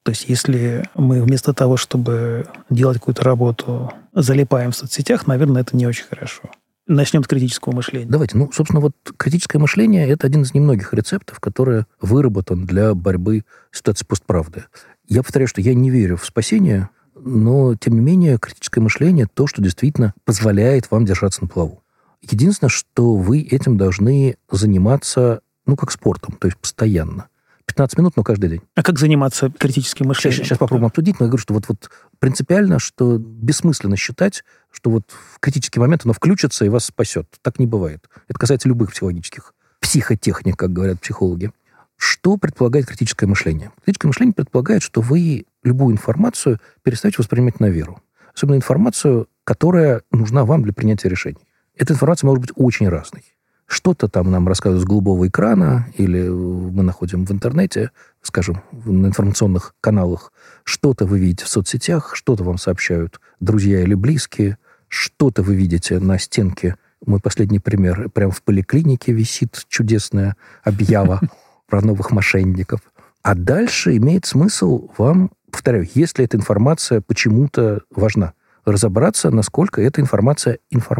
То есть если мы вместо того, чтобы делать какую-то работу, залипаем в соцсетях, наверное, это не очень хорошо. Начнем с критического мышления. Давайте. Собственно, критическое мышление – это один из немногих рецептов, который выработан для борьбы с ситуацией постправды. Я повторяю, что я не верю в спасение, но, тем не менее, критическое мышление – то, что действительно позволяет вам держаться на плаву. Единственное, что вы этим должны заниматься, как спортом, то есть постоянно. 15 минут, но каждый день. А как заниматься критическим мышлением? Сейчас попробуем обсудить, но я говорю, что принципиально, что бессмысленно считать, что в критический момент оно включится и вас спасет. Так не бывает. Это касается любых психотехник, как говорят психологи. Что предполагает критическое мышление? Критическое мышление предполагает, что вы любую информацию перестаете воспринимать на веру. Особенно информацию, которая нужна вам для принятия решений. Эта информация может быть очень разной. Что-то там нам рассказывают с голубого экрана, или мы находим в интернете, скажем, на информационных каналах. Что-то вы видите в соцсетях, что-то вам сообщают друзья или близкие, что-то вы видите на стенке. Мой последний пример. Прямо в поликлинике висит чудесная объява про новых мошенников. А дальше имеет смысл вам, повторяю, если эта информация почему-то важна, разобраться, насколько эта информация.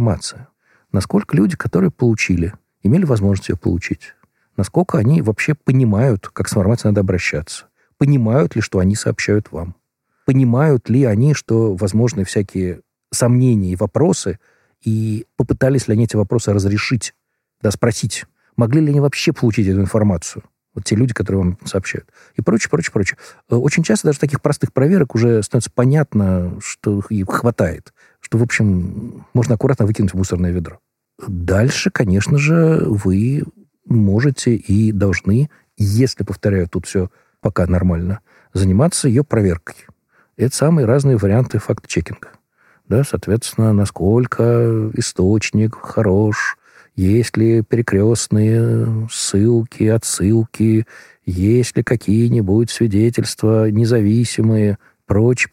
Насколько люди, которые получили, имели возможность ее получить. Насколько они вообще понимают, как с информацией надо обращаться. Понимают ли, что они сообщают вам. Понимают ли они, что возможны всякие сомнения и вопросы, и попытались ли они эти вопросы разрешить, спросить, могли ли они вообще получить эту информацию. Те люди, которые вам сообщают. И прочее. Очень часто даже таких простых проверок уже становится понятно, что их хватает. Что, в общем, можно аккуратно выкинуть в мусорное ведро. Дальше, конечно же, вы можете и должны, если, повторяю, тут все пока нормально, заниматься ее проверкой. Это самые разные варианты факт-чекинга. Соответственно, насколько источник хорош, есть ли перекрестные ссылки, отсылки, есть ли какие-нибудь свидетельства независимые, прочее.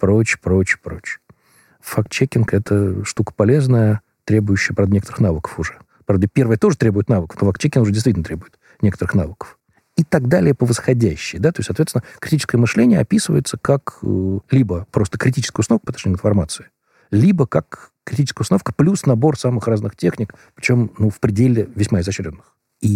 Факт-чекинг – это штука полезная, требующая, правда, некоторых навыков уже. Правда, первое тоже требует навыков, но факт-чекинг уже действительно требует некоторых навыков. И так далее по восходящей. То есть, соответственно, критическое мышление описывается как либо просто критическая установка по отношению к информации, либо как критическая установка плюс набор самых разных техник, причем в пределе весьма изощренных.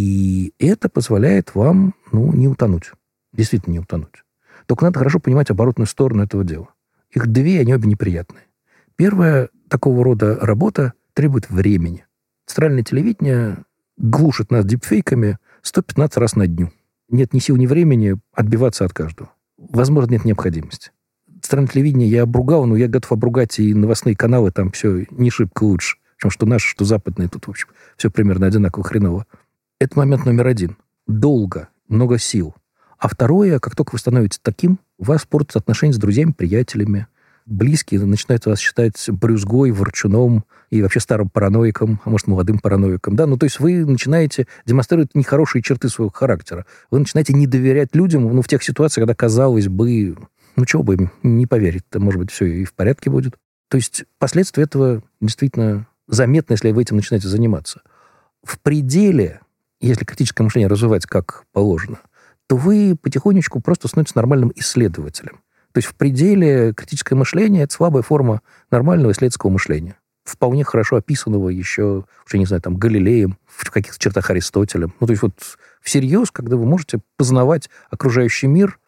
И это позволяет вам не утонуть. Действительно не утонуть. Только надо хорошо понимать оборотную сторону этого дела. Их две, они обе неприятные. Первая такого рода работа требует времени. Центральное телевидение глушит нас дипфейками 115 раз на дню. Нет ни сил, ни времени отбиваться от каждого. Возможно, нет необходимости. Центральное телевидение я обругал, но я готов обругать и новостные каналы, там все не шибко лучше. Причем что наши, что западные, тут, в общем, все примерно одинаково хреново. Это момент номер один. Долго, много сил. А второе, как только вы становитесь таким, у вас портятся отношения с друзьями, приятелями. Близкие начинают вас считать брюзгой, ворчуном и вообще старым параноиком, а может, молодым параноиком. То есть вы начинаете демонстрировать нехорошие черты своего характера. Вы начинаете не доверять людям, в тех ситуациях, когда, казалось бы, чего бы им не поверить, может быть, все и в порядке будет. То есть последствия этого действительно заметны, если вы этим начинаете заниматься. В пределе, если критическое мышление развивать как положено, то вы потихонечку просто становитесь нормальным исследователем. То есть в пределе критическое мышление – это слабая форма нормального исследовательского мышления. Вполне хорошо описанного еще, уже не знаю, Галилеем, в каких-то чертах Аристотелем. То есть всерьез, когда вы можете познавать окружающий мир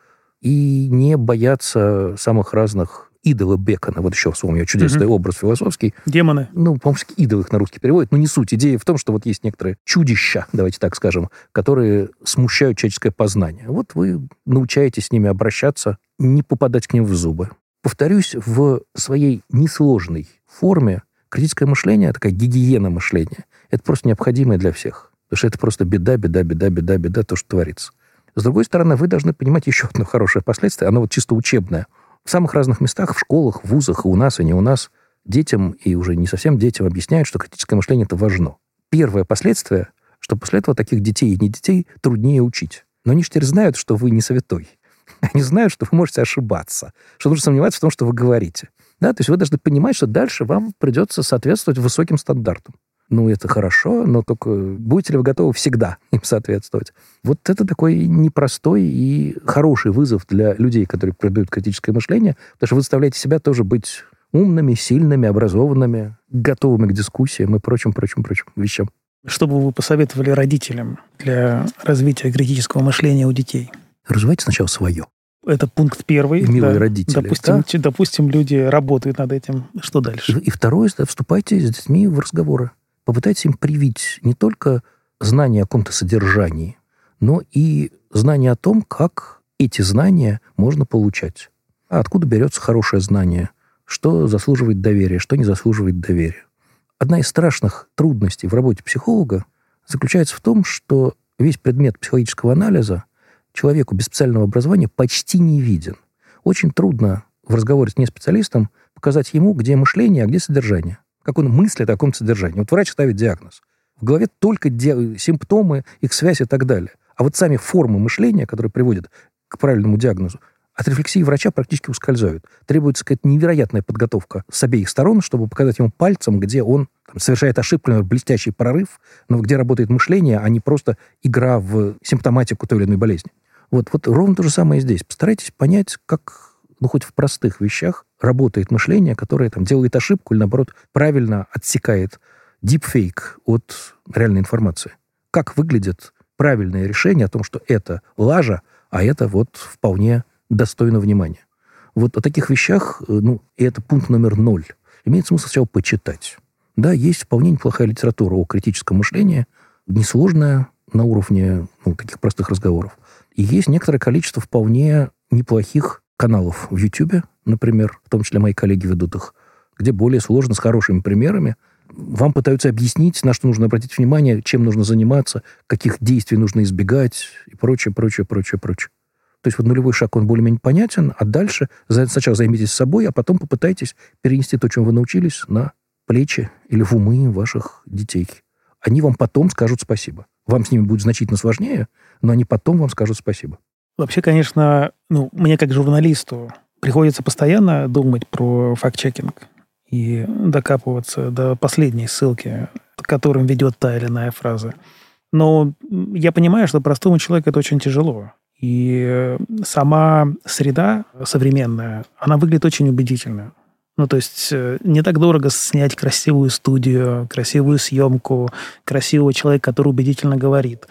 и не бояться самых разных идолов Бекона. Еще вспомню чудесный образ философский. Демоны. По-моему, идолы их на русский переводят. Не суть. Идея в том, что есть некоторые чудища, давайте так скажем, которые смущают человеческое познание. Вы научаетесь с ними обращаться, не попадать к ним в зубы. Повторюсь, в своей несложной форме критическое мышление, такая гигиена мышления, это просто необходимое для всех. Потому что это просто беда, то, что творится. С другой стороны, вы должны понимать еще одно хорошее последствие, оно чисто учебное. В самых разных местах, в школах, в вузах, и у нас, и не у нас, детям, и уже не совсем детям объясняют, что критическое мышление – это важно. Первое последствие, что после этого таких детей и не детей труднее учить. Но они теперь знают, что вы не святой. Они знают, что вы можете ошибаться, что нужно сомневаться в том, что вы говорите. То есть вы должны понимать, что дальше вам придется соответствовать высоким стандартам. это хорошо, но только будете ли вы готовы всегда им соответствовать? Вот это такой непростой и хороший вызов для людей, которые придают критическое мышление, потому что вы заставляете себя тоже быть умными, сильными, образованными, готовыми к дискуссиям и прочим вещам. Что бы вы посоветовали родителям для развития критического мышления у детей? Развивайте сначала свое. Это пункт первый. Милые родители. Допустим, люди работают над этим. Что дальше? И второе, вступайте с детьми в разговоры. Попытайтесь им привить не только знания о каком-то содержании, но и знания о том, как эти знания можно получать. А откуда берется хорошее знание? Что заслуживает доверия, что не заслуживает доверия? Одна из страшных трудностей в работе психолога заключается в том, что весь предмет психологического анализа человеку без специального образования почти не виден. Очень трудно в разговоре с неспециалистом показать ему, где мышление, а где содержание. Как он мыслит о каком содержании. Вот врач ставит диагноз. В голове только симптомы, их связь и так далее. А вот сами формы мышления, которые приводят к правильному диагнозу, от рефлексии врача практически ускользают. Требуется какая-то невероятная подготовка с обеих сторон, чтобы показать ему пальцем, где он совершает ошибку, например, блестящий прорыв, но где работает мышление, а не просто игра в симптоматику той или иной болезни. Вот ровно то же самое и здесь. Постарайтесь понять, как, хоть в простых вещах работает мышление, которое делает ошибку или, наоборот, правильно отсекает дипфейк от реальной информации. Как выглядит правильное решение о том, что это лажа, а это вполне достойно внимания. О таких вещах, и это пункт номер 0. Имеет смысл сначала почитать. Да, есть вполне неплохая литература о критическом мышлении, несложная на уровне таких простых разговоров. И есть некоторое количество вполне неплохих каналов в YouTube, например, в том числе мои коллеги ведут их, где более сложно, с хорошими примерами. Вам пытаются объяснить, на что нужно обратить внимание, чем нужно заниматься, каких действий нужно избегать и прочее. То есть нулевой шаг, он более-менее понятен, а дальше сначала займитесь собой, а потом попытайтесь перенести то, чему вы научились, на плечи или в умы ваших детей. Они вам потом скажут спасибо. Вам с ними будет значительно сложнее, но они потом вам скажут спасибо. Вообще, конечно, мне как журналисту приходится постоянно думать про факт-чекинг и докапываться до последней ссылки, к которым ведет та или иная фраза. Но я понимаю, что простому человеку это очень тяжело. И сама среда современная, она выглядит очень убедительно. То есть не так дорого снять красивую студию, красивую съемку, красивого человека, который убедительно говорит.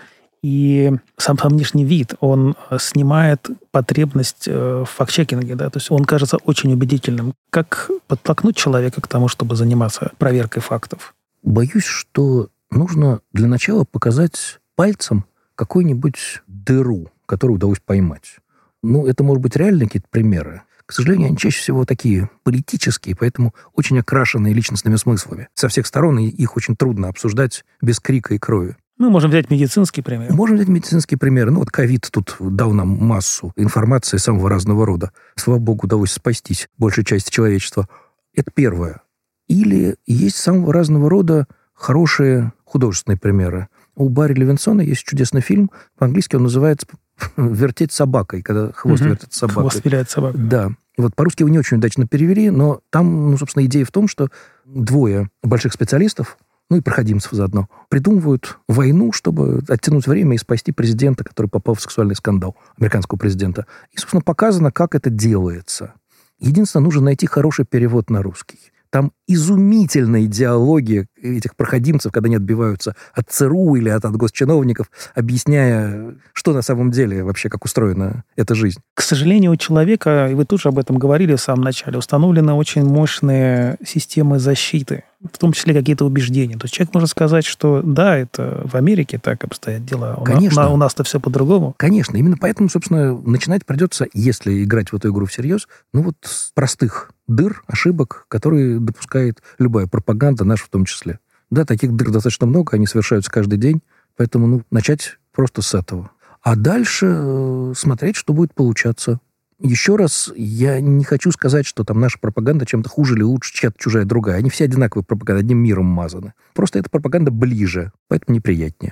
И сам внешний вид, он снимает потребность в факт-чекинге, да, то есть он кажется очень убедительным. Как подтолкнуть человека к тому, чтобы заниматься проверкой фактов? Боюсь, что нужно для начала показать пальцем какую-нибудь дыру, которую удалось поймать. Это, может быть, реальные какие-то примеры. К сожалению, они чаще всего такие политические, поэтому очень окрашенные личностными смыслами. Со всех сторон их очень трудно обсуждать без крика и крови. Мы можем взять медицинский пример. Можем взять медицинский пример. ковид тут дал нам массу информации самого разного рода. Слава богу, удалось спастись большей части человечества. Это первое. Или есть самого разного рода хорошие художественные примеры. У Барри Левинсона есть чудесный фильм. По-английски он называется «Вертеть собакой», когда хвост вертит собакой. Хвост виляет собакой. Да. По-русски его не очень удачно перевели, но там, собственно, идея в том, что двое больших специалистов, и проходимцев заодно, придумывают войну, чтобы оттянуть время и спасти президента, который попал в сексуальный скандал, американского президента. И, собственно, показано, как это делается. Единственное, нужно найти хороший перевод на русский. Там изумительная идеология этих проходимцев, когда они отбиваются от ЦРУ или от госчиновников, объясняя, что на самом деле вообще, как устроена эта жизнь. К сожалению, у человека, и вы тоже об этом говорили в самом начале, установлены очень мощные системы защиты, в том числе какие-то убеждения. То есть человек может сказать, что да, это в Америке так обстоят дела. Конечно. У нас-то все по-другому. Конечно. Именно поэтому, собственно, начинать придется, если играть в эту игру всерьез, с простых дыр, ошибок, которые допускает любая пропаганда, наша в том числе. Да, таких дыр достаточно много, они совершаются каждый день, поэтому начать просто с этого. А дальше смотреть, что будет получаться. Еще раз, я не хочу сказать, что наша пропаганда чем-то хуже или лучше, чья-то чужая другая. Они все одинаковые пропаганды, одним миром мазаны. Просто эта пропаганда ближе, поэтому неприятнее.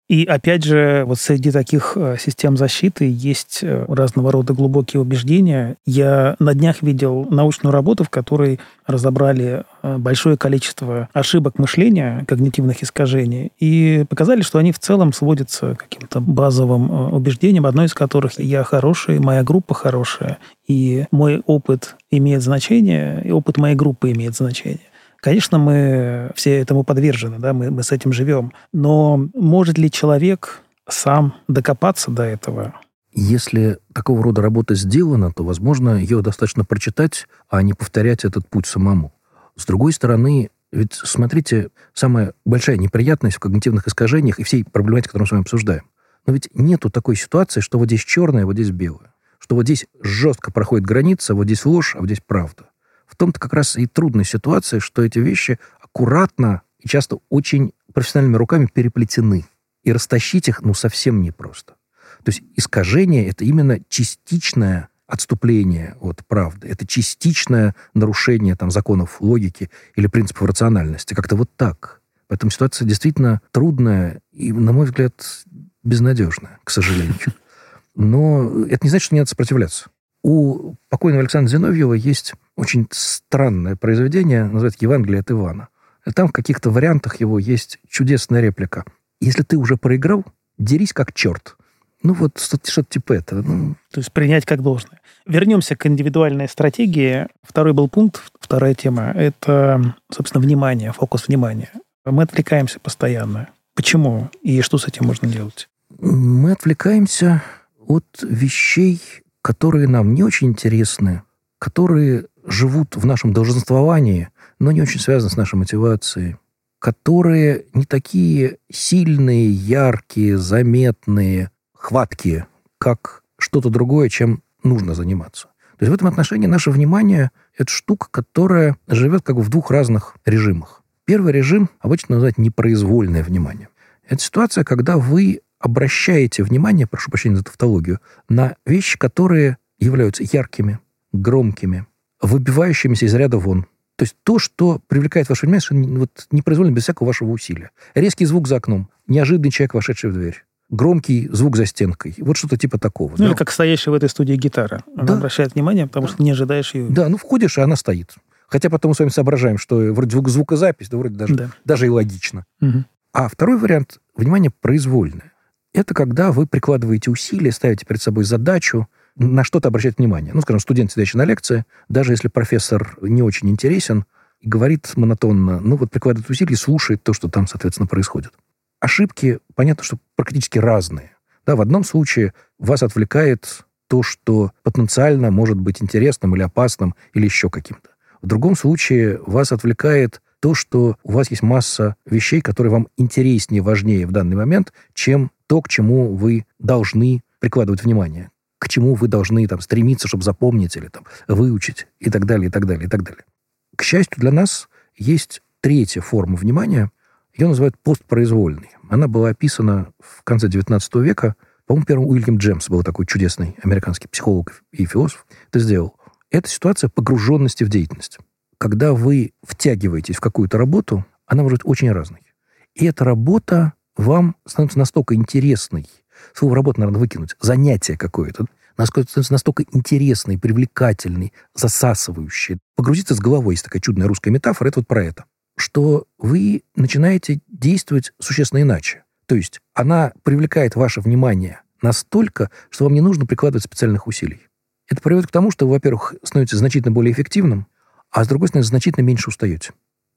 И опять же, вот среди таких систем защиты есть разного рода глубокие убеждения. Я на днях видел научную работу, в которой разобрали большое количество ошибок мышления, когнитивных искажений, и показали, что они в целом сводятся к каким-то базовым убеждениям, одно из которых «я хороший», «моя группа хорошая», и «мой опыт имеет значение», и «опыт моей группы имеет значение». Конечно, мы все этому подвержены, да, мы с этим живем. Но может ли человек сам докопаться до этого? Если такого рода работа сделана, то, возможно, ее достаточно прочитать, а не повторять этот путь самому. С другой стороны, ведь, смотрите, самая большая неприятность в когнитивных искажениях и всей проблематике, которую мы с вами обсуждаем. Но ведь нету такой ситуации, что вот здесь черное, а вот здесь белое. Что вот здесь жестко проходит граница, вот здесь ложь, а вот здесь правда. В том-то как раз и трудная ситуация, что эти вещи аккуратно и часто очень профессиональными руками переплетены. И растащить их, совсем непросто. То есть искажение — это именно частичное отступление от правды. Это частичное нарушение законов логики или принципов рациональности. Как-то вот так. Поэтому ситуация действительно трудная и, на мой взгляд, безнадежная, к сожалению. Но это не значит, что не надо сопротивляться. У покойного Александра Зиновьева есть очень странное произведение, называется «Евангелие от Ивана». И там в каких-то вариантах его есть чудесная реплика. «Если ты уже проиграл, дерись как черт». Что-то типа этого. То есть принять как должное. Вернемся к индивидуальной стратегии. Второй был пункт, вторая тема. Это, собственно, внимание, фокус внимания. Мы отвлекаемся постоянно. Почему? И что с этим можно делать? Мы отвлекаемся от вещей, которые нам не очень интересны, которые живут в нашем долженствовании, но не очень связаны с нашей мотивацией, которые не такие сильные, яркие, заметные, хваткие, как что-то другое, чем нужно заниматься. То есть в этом отношении наше внимание — это штука, которая живет как бы в двух разных режимах. Первый режим обычно называют непроизвольное внимание. Это ситуация, когда вы обращаете внимание, прошу прощения за тавтологию, на вещи, которые являются яркими, громкими, выбивающимися из ряда вон. То есть то, что привлекает ваше внимание, непроизвольно, без всякого вашего усилия. Резкий звук за окном, неожиданный человек, вошедший в дверь, громкий звук за стенкой. Вот что-то типа такого. Или как стоящая в этой студии гитара. Она обращает внимание, потому что не ожидаешь ее. Да, входишь, и она стоит. Хотя потом мы с вами соображаем, что вроде звукозапись, да вроде даже и логично. Угу. А второй вариант – внимание произвольное. Это когда вы прикладываете усилия, ставите перед собой задачу, на что-то обращать внимание. Скажем, студент, сидящий на лекции, даже если профессор не очень интересен и говорит монотонно, прикладывает усилия и слушает то, что там, соответственно, происходит. Ошибки, понятно, что практически разные. Да, в одном случае вас отвлекает то, что потенциально может быть интересным или опасным, или еще каким-то. В другом случае вас отвлекает то, что у вас есть масса вещей, которые вам интереснее, важнее в данный момент, чем то, к чему вы должны прикладывать внимание, к чему вы должны стремиться, чтобы запомнить или выучить и так далее, и так далее, и так далее. К счастью для нас, есть третья форма внимания. Ее называют постпроизвольной. Она была описана в конце XIX века. По-моему, первым Уильям Джеймс был такой чудесный американский психолог и философ. Это сделал. Это ситуация погруженности в деятельность. Когда вы втягиваетесь в какую-то работу, она может быть очень разной. И эта работа вам становится настолько интересной. Слово «работа» надо выкинуть. Занятие какое-то. Становится настолько интересной, привлекательной, засасывающей. Погрузиться с головой. Есть такая чудная русская метафора. Это про это. Что вы начинаете действовать существенно иначе. То есть она привлекает ваше внимание настолько, что вам не нужно прикладывать специальных усилий. Это приводит к тому, что вы, во-первых, становитесь значительно более эффективным, а с другой стороны, значительно меньше устаете.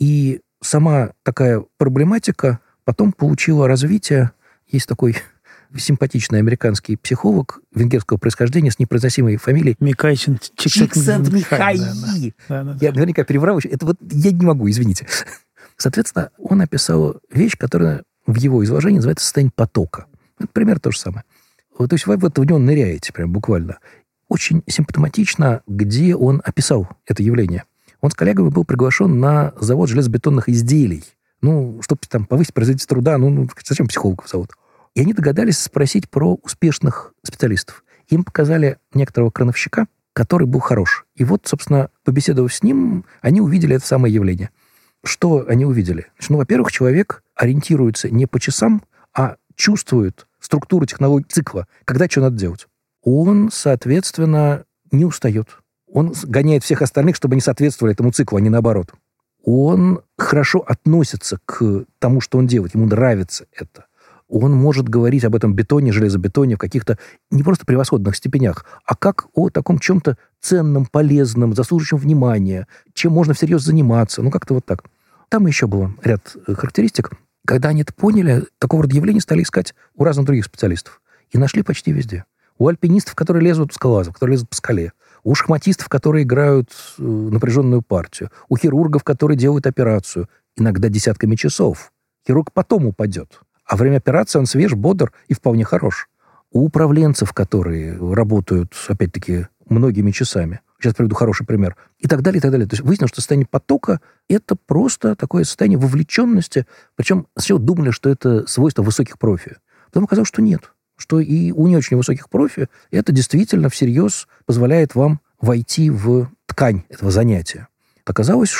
И сама такая проблематика потом получила развитие. Есть такой симпатичный американский психолог венгерского происхождения с непроизносимой фамилией. Микайчин Чиксент-Михаи. Я наверняка переврал. Это я не могу, извините. Соответственно, он описал вещь, которая в его изложении называется «состояние потока». Это примерно то же самое. То есть вы в него ныряете прям буквально. Очень симптоматично, где он описал это явление. Он с коллегами был приглашен на завод железобетонных изделий. Чтобы повысить производительность труда, зачем психологов зовут? И они догадались спросить про успешных специалистов. Им показали некоторого крановщика, который был хорош. И собственно, побеседовав с ним, они увидели это самое явление. Что они увидели? Во-первых, человек ориентируется не по часам, а чувствует структуру технологий цикла, когда что надо делать. Он, соответственно, не устает. Он гоняет всех остальных, чтобы они соответствовали этому циклу, а не наоборот. Он хорошо относится к тому, что он делает. Ему нравится это. Он может говорить об этом бетоне, железобетоне в каких-то не просто превосходных степенях, а как о таком чем-то ценном, полезном, заслуживающем внимания, чем можно всерьез заниматься. Ну, как-то вот так. Там еще был ряд характеристик. Когда они это поняли, такого рода явления стали искать у разных других специалистов. И нашли почти везде. У альпинистов, которые лезут в скалолазов, которые лезут по скале. У шахматистов, которые играют напряженную партию. У хирургов, которые делают операцию. Иногда десятками часов. Хирург потом упадет. А время операции он свеж, бодр и вполне хорош. У управленцев, которые работают, опять-таки, многими часами. Сейчас приведу хороший пример. И так далее, и так далее. То есть выяснилось, что состояние потока – это просто такое состояние вовлеченности. Причем сначала думали, что это свойство высоких профи. Потом оказалось, что нет. Что и у не очень высоких профи это действительно всерьез позволяет вам войти в ткань этого занятия. Оказалось,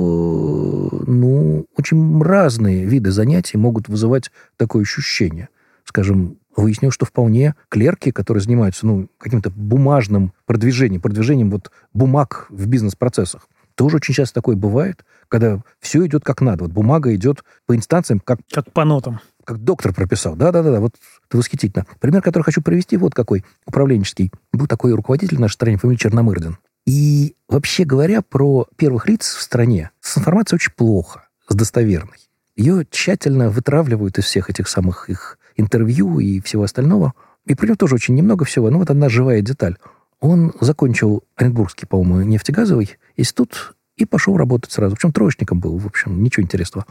что очень разные виды занятий могут вызывать такое ощущение. Скажем, выяснилось, что вполне клерки, которые занимаются каким-то бумажным продвижением вот бумаг в бизнес-процессах, тоже очень часто такое бывает, когда все идет как надо. Вот бумага идет по инстанциям, как по нотам. Как доктор прописал. Да-да-да, вот это восхитительно. Пример, который хочу привести, вот какой, управленческий. Был такой руководитель в нашей стране, фамилия Черномырдин. И вообще говоря, про первых лиц в стране с информацией очень плохо, с достоверной. Ее тщательно вытравливают из всех этих самых их интервью и всего остального. И при нем тоже очень немного всего. Вот одна живая деталь. Он закончил Оренбургский, по-моему, нефтегазовый институт и пошел работать сразу. Причем троечником был, в общем, ничего интересного.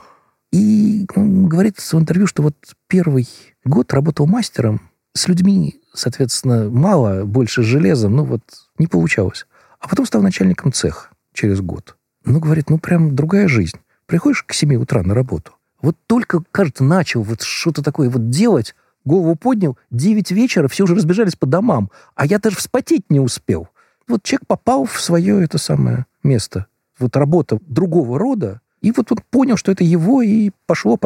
И он говорит в интервью, что вот первый год работал мастером, с людьми, соответственно, мало, больше с железом, не получалось. А потом стал начальником цеха через год. Говорит, прям другая жизнь. Приходишь к 7 утра на работу, вот только, кажется, начал вот что-то такое вот делать, голову поднял, 9 вечера, все уже разбежались по домам, а я даже вспотеть не успел. Вот человек попал в свое это самое место. Вот работа другого рода, и вот он понял, что это его, и пошло.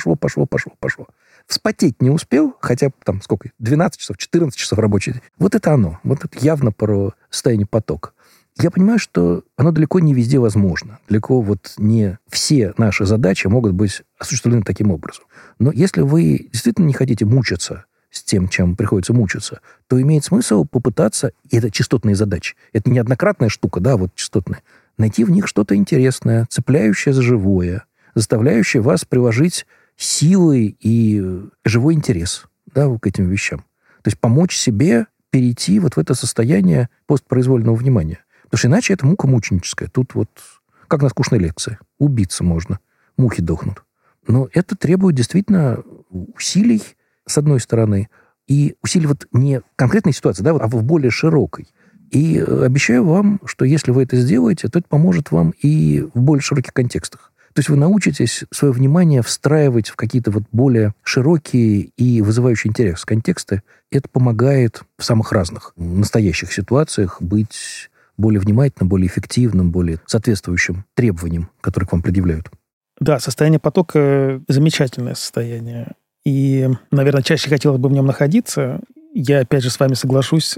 Вспотеть не успел, хотя там 12 часов, 14 часов рабочий день. Вот это оно. Вот это явно про состояние потока. Я понимаю, что оно далеко не везде возможно. Далеко не все наши задачи могут быть осуществлены таким образом. Но если вы действительно не хотите мучиться с тем, чем приходится мучиться, то имеет смысл попытаться, и это частотные задачи. Это не однократная штука, частотная. Найти в них что-то интересное, цепляющее за живое, заставляющее вас приложить силы и живой интерес к этим вещам. То есть помочь себе перейти в это состояние постпроизвольного внимания. Потому что иначе это мука мученическая. Тут как на скучной лекции. Убиться можно. Мухи дохнут. Но это требует действительно усилий, с одной стороны, и усилий не конкретной ситуации, а в более широкой. И обещаю вам, что если вы это сделаете, то это поможет вам и в более широких контекстах. То есть вы научитесь свое внимание встраивать в какие-то более широкие и вызывающие интерес контексты. И это помогает в самых разных настоящих ситуациях быть более внимательным, более эффективным, более соответствующим требованиям, которые к вам предъявляют. Да, состояние потока – замечательное состояние. И, наверное, чаще хотелось бы в нем находиться. Я, опять же, с вами соглашусь,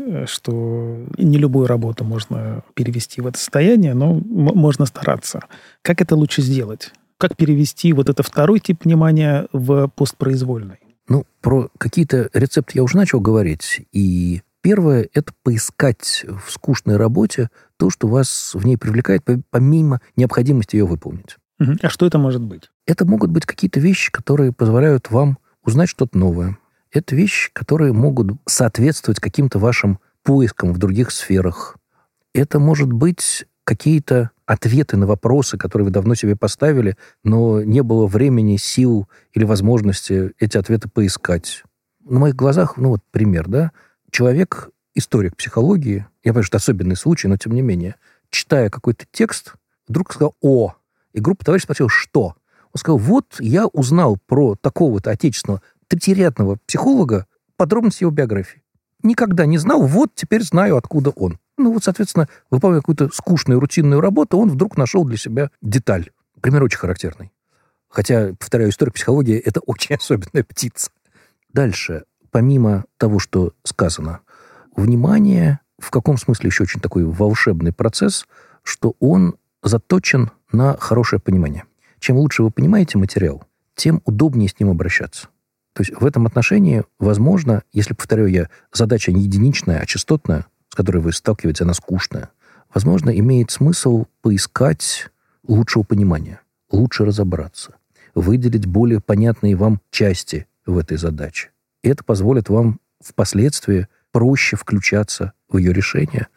что не любую работу можно перевести в это состояние, но можно стараться. Как это лучше сделать? Как перевести это второй тип внимания в постпроизвольный? Про какие-то рецепты я уже начал говорить. И первое – это поискать в скучной работе то, что вас в ней привлекает, помимо необходимости ее выполнить. А что это может быть? Это могут быть какие-то вещи, которые позволяют вам узнать что-то новое. Это вещи, которые могут соответствовать каким-то вашим поискам в других сферах. Это может быть какие-то ответы на вопросы, которые вы давно себе поставили, но не было времени, сил или возможности эти ответы поискать. На моих глазах, пример, человек, историк психологии, я понимаю, что это особенный случай, но тем не менее, читая какой-то текст, вдруг сказал «О!» И группа товарищей спросила «Что?». Он сказал я узнал про такого-то отечественного третьерядного психолога подробности его биографии. Никогда не знал, теперь знаю, откуда он. Соответственно, выполняя какую-то скучную, рутинную работу, он вдруг нашел для себя деталь. Пример очень характерный. Хотя, повторяю, историк психологии – это очень особенная птица. Дальше, помимо того, что сказано, внимание в каком смысле еще очень такой волшебный процесс, что он заточен на хорошее понимание. Чем лучше вы понимаете материал, тем удобнее с ним обращаться. То есть в этом отношении, возможно, если, повторяю я, задача не единичная, а частотная, с которой вы сталкиваетесь, она скучная, возможно, имеет смысл поискать лучшего понимания, лучше разобраться, выделить более понятные вам части в этой задаче. И это позволит вам впоследствии проще включаться в ее решение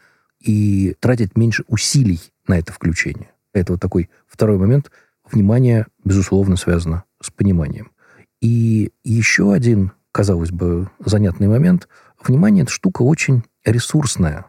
и тратить меньше усилий на это включение. Это вот такой второй момент. Внимание, безусловно, связано с пониманием. И еще один, казалось бы, занятный момент. Внимание – это штука очень ресурсная.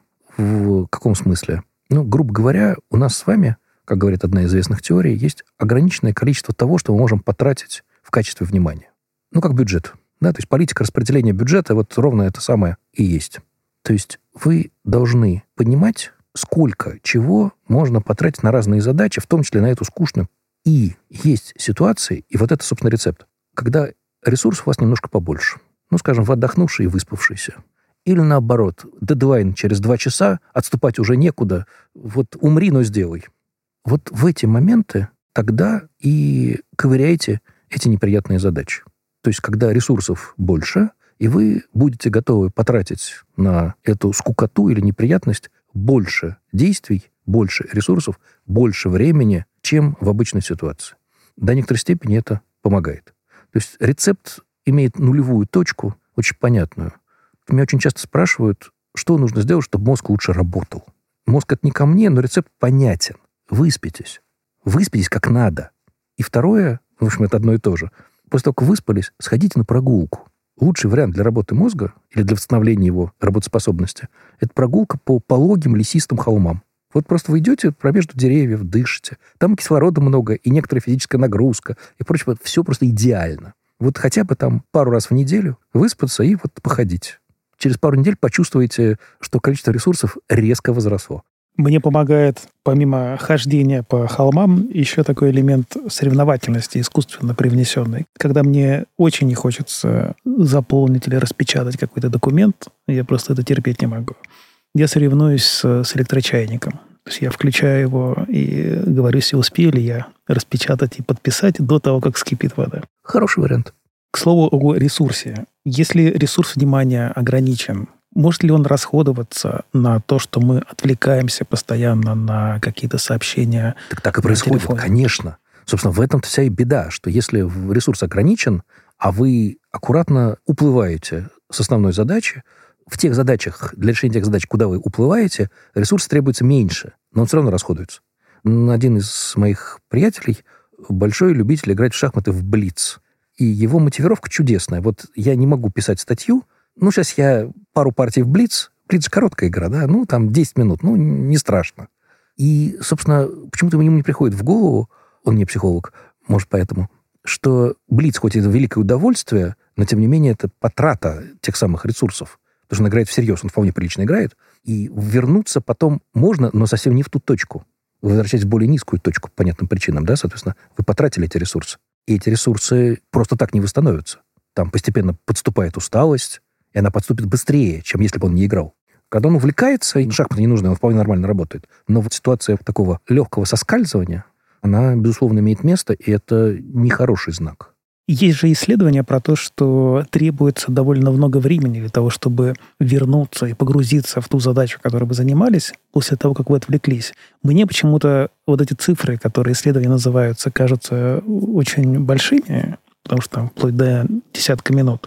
В каком смысле? Грубо говоря, у нас с вами, как говорит одна из известных теорий, есть ограниченное количество того, что мы можем потратить в качестве внимания. Как бюджет. Да? То есть политика распределения бюджета вот ровно это самое и есть. То есть вы должны понимать, сколько чего можно потратить на разные задачи, в том числе на эту скучную. И есть ситуации, и вот это, собственно, рецепт, когда ресурсов у вас немножко побольше. Скажем, вы отдохнувший и выспавшийся. Или наоборот, дедлайн через 2 часа, отступать уже некуда. Вот умри, но сделай. Вот в эти моменты тогда и ковыряйте эти неприятные задачи. То есть, когда ресурсов больше, и вы будете готовы потратить на эту скукоту или неприятность больше действий, больше ресурсов, больше времени, чем в обычной ситуации. До некоторой степени это помогает. То есть рецепт имеет нулевую точку, очень понятную. Меня очень часто спрашивают, что нужно сделать, чтобы мозг лучше работал. Мозг — это не ко мне, но рецепт понятен. Выспитесь. Выспитесь как надо. И второе, в общем, это одно и то же. После того, как выспались, сходите на прогулку. Лучший вариант для работы мозга или для восстановления его работоспособности — это прогулка по пологим лесистым холмам. Вот просто вы идете между деревьев, дышите. Там кислорода много, и некоторая физическая нагрузка, и прочее. Все просто идеально. Вот хотя бы там пару раз в неделю выспаться и вот походить. Через пару недель почувствуете, что количество ресурсов резко возросло. Мне помогает, помимо хождения по холмам, еще такой элемент соревновательности, искусственно привнесенный. Когда мне очень не хочется заполнить или распечатать какой-то документ, я просто это терпеть не могу. Я соревнуюсь с электрочайником. То есть я включаю его и говорю, если успею ли я распечатать и подписать до того, как вскипит вода. Хороший вариант. К слову о ресурсе. Если ресурс внимания ограничен, может ли он расходоваться на то, что мы отвлекаемся постоянно на какие-то сообщения? Так и происходит, телефоне? Конечно. Собственно, в этом-то вся и беда, что если ресурс ограничен, а вы аккуратно уплываете с основной задачи, в тех задачах, для решения тех задач, куда вы уплываете, ресурс требуется меньше, но он все равно расходуется. Один из моих приятелей большой любитель играть в шахматы в блиц. И его мотивировка чудесная. Вот я не могу писать статью, сейчас я пару партий в блиц. Блиц же короткая игра, да? Там 10 минут, не страшно. И, собственно, почему-то ему не приходит в голову, он не психолог, может, поэтому, что блиц, хоть это великое удовольствие, но, тем не менее, это потрата тех самых ресурсов. Потому что он играет всерьез, он вполне прилично играет. И вернуться потом можно, но совсем не в ту точку. Вы возвращаетесь в более низкую точку по понятным причинам, да? Соответственно, вы потратили эти ресурсы. И эти ресурсы просто так не восстановятся. Там постепенно подступает усталость, и она подступит быстрее, чем если бы он не играл. Когда он увлекается, и шахматы не нужны, он вполне нормально работает. Но вот ситуация такого легкого соскальзывания, она, безусловно, имеет место, и это нехороший знак. Есть же исследования про то, что требуется довольно много времени для того, чтобы вернуться и погрузиться в ту задачу, которой вы занимались, после того, как вы отвлеклись. Мне почему-то вот эти цифры, которые исследования называются, кажутся очень большими, потому что там вплоть до десятка минут.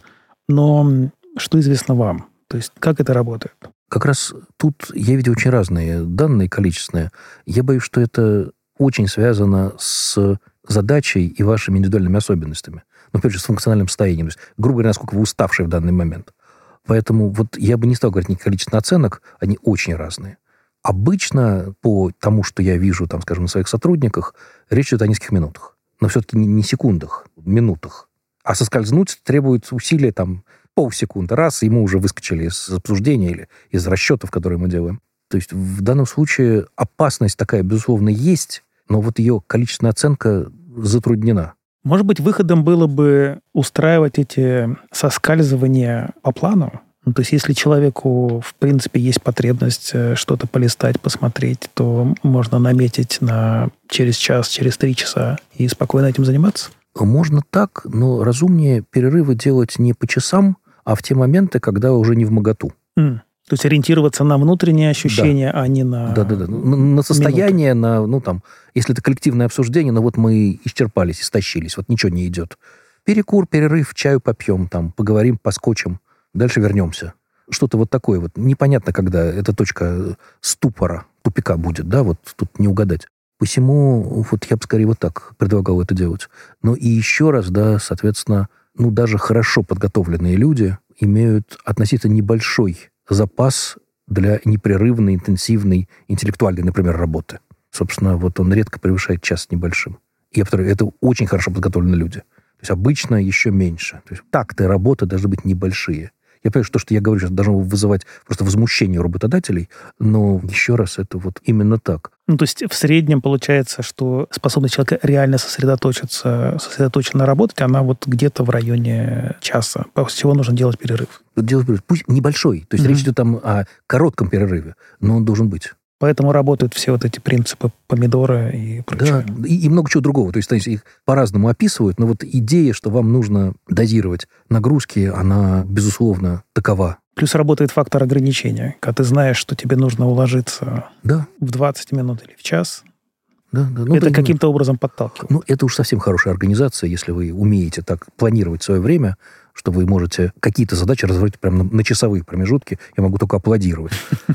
Но что известно вам? То есть как это работает? Как раз тут я видел очень разные данные количественные. Я боюсь, что это очень связано с задачей и вашими индивидуальными особенностями. Опять же, с функциональным состоянием. То есть, грубо говоря, насколько вы уставшие в данный момент. Поэтому вот я бы не стал говорить ни количество оценок, они очень разные. Обычно, по тому, что я вижу, там, скажем, на своих сотрудниках, речь идет о низких минутах. Но все-таки не секундах, минутах. А соскользнуть требует усилия там полсекунды. Раз, и мы уже выскочили из обсуждения или из расчетов, которые мы делаем. То есть в данном случае опасность такая, безусловно, есть, но вот ее количественная оценка затруднена. Может быть, выходом было бы устраивать эти соскальзывания по плану? Ну, то есть, если человеку, в принципе, есть потребность что-то полистать, посмотреть, то можно наметить на через час, через 3 часа и спокойно этим заниматься? Можно так, но разумнее перерывы делать не по часам, а в те моменты, когда уже не вмоготу. То есть ориентироваться на внутренние ощущения, а не на... Да-да-да. На состояние, минуты. Если это коллективное обсуждение, вот мы исчерпались, истощились, вот ничего не идет. Перекур, перерыв, чаю попьем, поговорим, поскочим, дальше вернемся. Что-то вот такое вот. Непонятно, когда эта точка ступора, тупика будет, вот тут не угадать. Посему я бы скорее вот так предлагал это делать. Но и еще раз, соответственно, даже хорошо подготовленные люди имеют относительно небольшой запас для непрерывной, интенсивной, интеллектуальной, например, работы. Собственно, он редко превышает час с небольшим. И я повторяю, это очень хорошо подготовленные люди. То есть обычно еще меньше. То есть такты работы должны быть небольшие. Я понимаю, что то, что я говорю сейчас, должно вызывать просто возмущение у работодателей, но еще раз, это именно так. То есть в среднем получается, что способность человека реально сосредоточенно работать, она где-то в районе часа, после чего нужно делать перерыв. Пусть небольшой, то есть речь идет о коротком перерыве, но он должен быть. Поэтому работают все эти принципы помидора и прочее. Да, и много чего другого. То есть их по-разному описывают, но идея, что вам нужно дозировать нагрузки, она, безусловно, такова. Плюс работает фактор ограничения. Когда ты знаешь, что тебе нужно уложиться в 20 минут или в час, это каким-то образом подталкивает. Это уж совсем хорошая организация, если вы умеете так планировать свое время, что вы можете какие-то задачи развивать прямо на часовые промежутки. Я могу только аплодировать.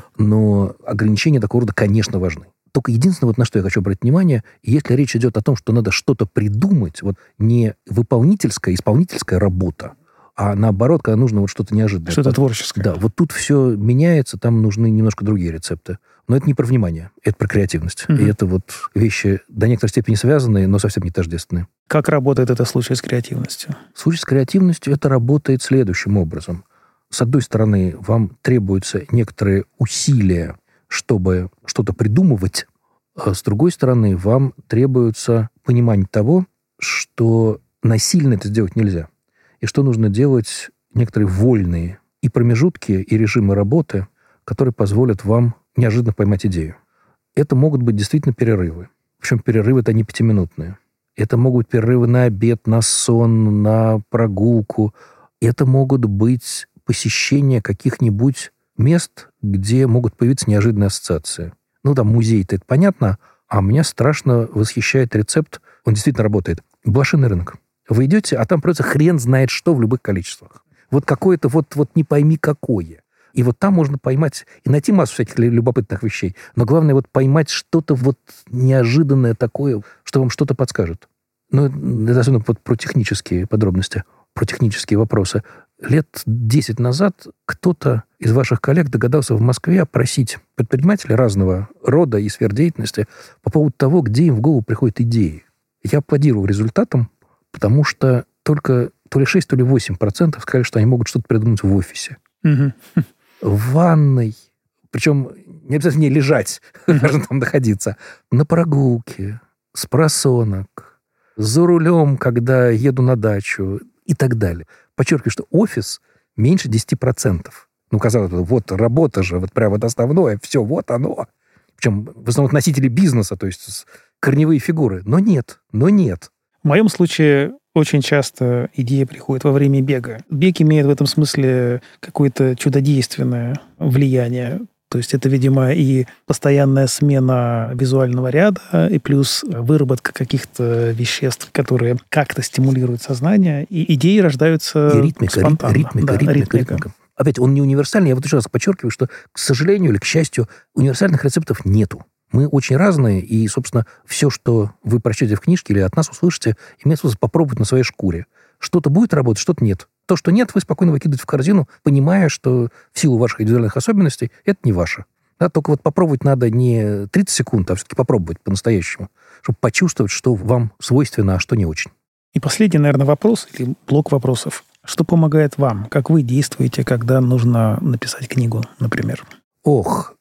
Но ограничения такого рода, конечно, важны. Только единственное, на что я хочу обратить внимание, если речь идет о том, что надо что-то придумать, не выполнительская, исполнительская работа, а наоборот, когда нужно что-то неожиданное. Что-то творческое. Да, тут все меняется, там нужны немножко другие рецепты. Но это не про внимание, это про креативность. И это вещи до некоторой степени связанные, но совсем не тождественные. Как работает это в случае с креативностью? В случае с креативностью это работает следующим образом. С одной стороны, вам требуются некоторые усилия, чтобы что-то придумывать. А с другой стороны, вам требуется понимание того, что насильно это сделать нельзя. И что нужно делать некоторые вольные и промежутки, и режимы работы, которые позволят вам неожиданно поймать идею. Это могут быть действительно перерывы. Причем перерывы-то не 5-минутные. Это могут быть перерывы на обед, на сон, на прогулку. Это могут быть посещения каких-нибудь мест, где могут появиться неожиданные ассоциации. Музей-то это понятно, а меня страшно восхищает рецепт, он действительно работает. Блошиный рынок. Вы идете, а там просто хрен знает что в любых количествах. Какое-то не пойми какое. И там можно поймать и найти массу всяких любопытных вещей. Но главное поймать что-то неожиданное такое, что вам что-то подскажет. Это особенно про технические подробности, про технические вопросы. Лет 10 назад кто-то из ваших коллег догадался в Москве опросить предпринимателей разного рода и сфер деятельности по поводу того, где им в голову приходят идеи. Я аплодирую результатам, потому что только то ли 6, то ли 8% сказали, что они могут что-то придумать в офисе. В ванной. Причем не обязательно не лежать, можно там находиться. На прогулке, с просонок, за рулем, когда еду на дачу и так далее. Подчеркиваю, что офис меньше 10%. Казалось бы, работа же, прям основное, все, оно. Причем в основном носители бизнеса, то есть корневые фигуры. Но нет. В моем случае очень часто идея приходит во время бега. Бег имеет в этом смысле какое-то чудодейственное влияние. То есть это, видимо, и постоянная смена визуального ряда, и плюс выработка каких-то веществ, которые как-то стимулируют сознание, и идеи рождаются спонтанно. Ритмика. Опять, он не универсальный. Я еще раз подчеркиваю, что, к сожалению или к счастью, универсальных рецептов нету. Мы очень разные, и, собственно, все, что вы прочтете в книжке или от нас услышите, имеет смысл попробовать на своей шкуре. Что-то будет работать, что-то нет. То, что нет, вы спокойно выкидываете в корзину, понимая, что в силу ваших индивидуальных особенностей это не ваше. Только попробовать надо не 30 секунд, а все-таки попробовать по-настоящему, чтобы почувствовать, что вам свойственно, а что не очень. И последний, наверное, вопрос или блок вопросов. Что помогает вам? Как вы действуете, когда нужно написать книгу, например?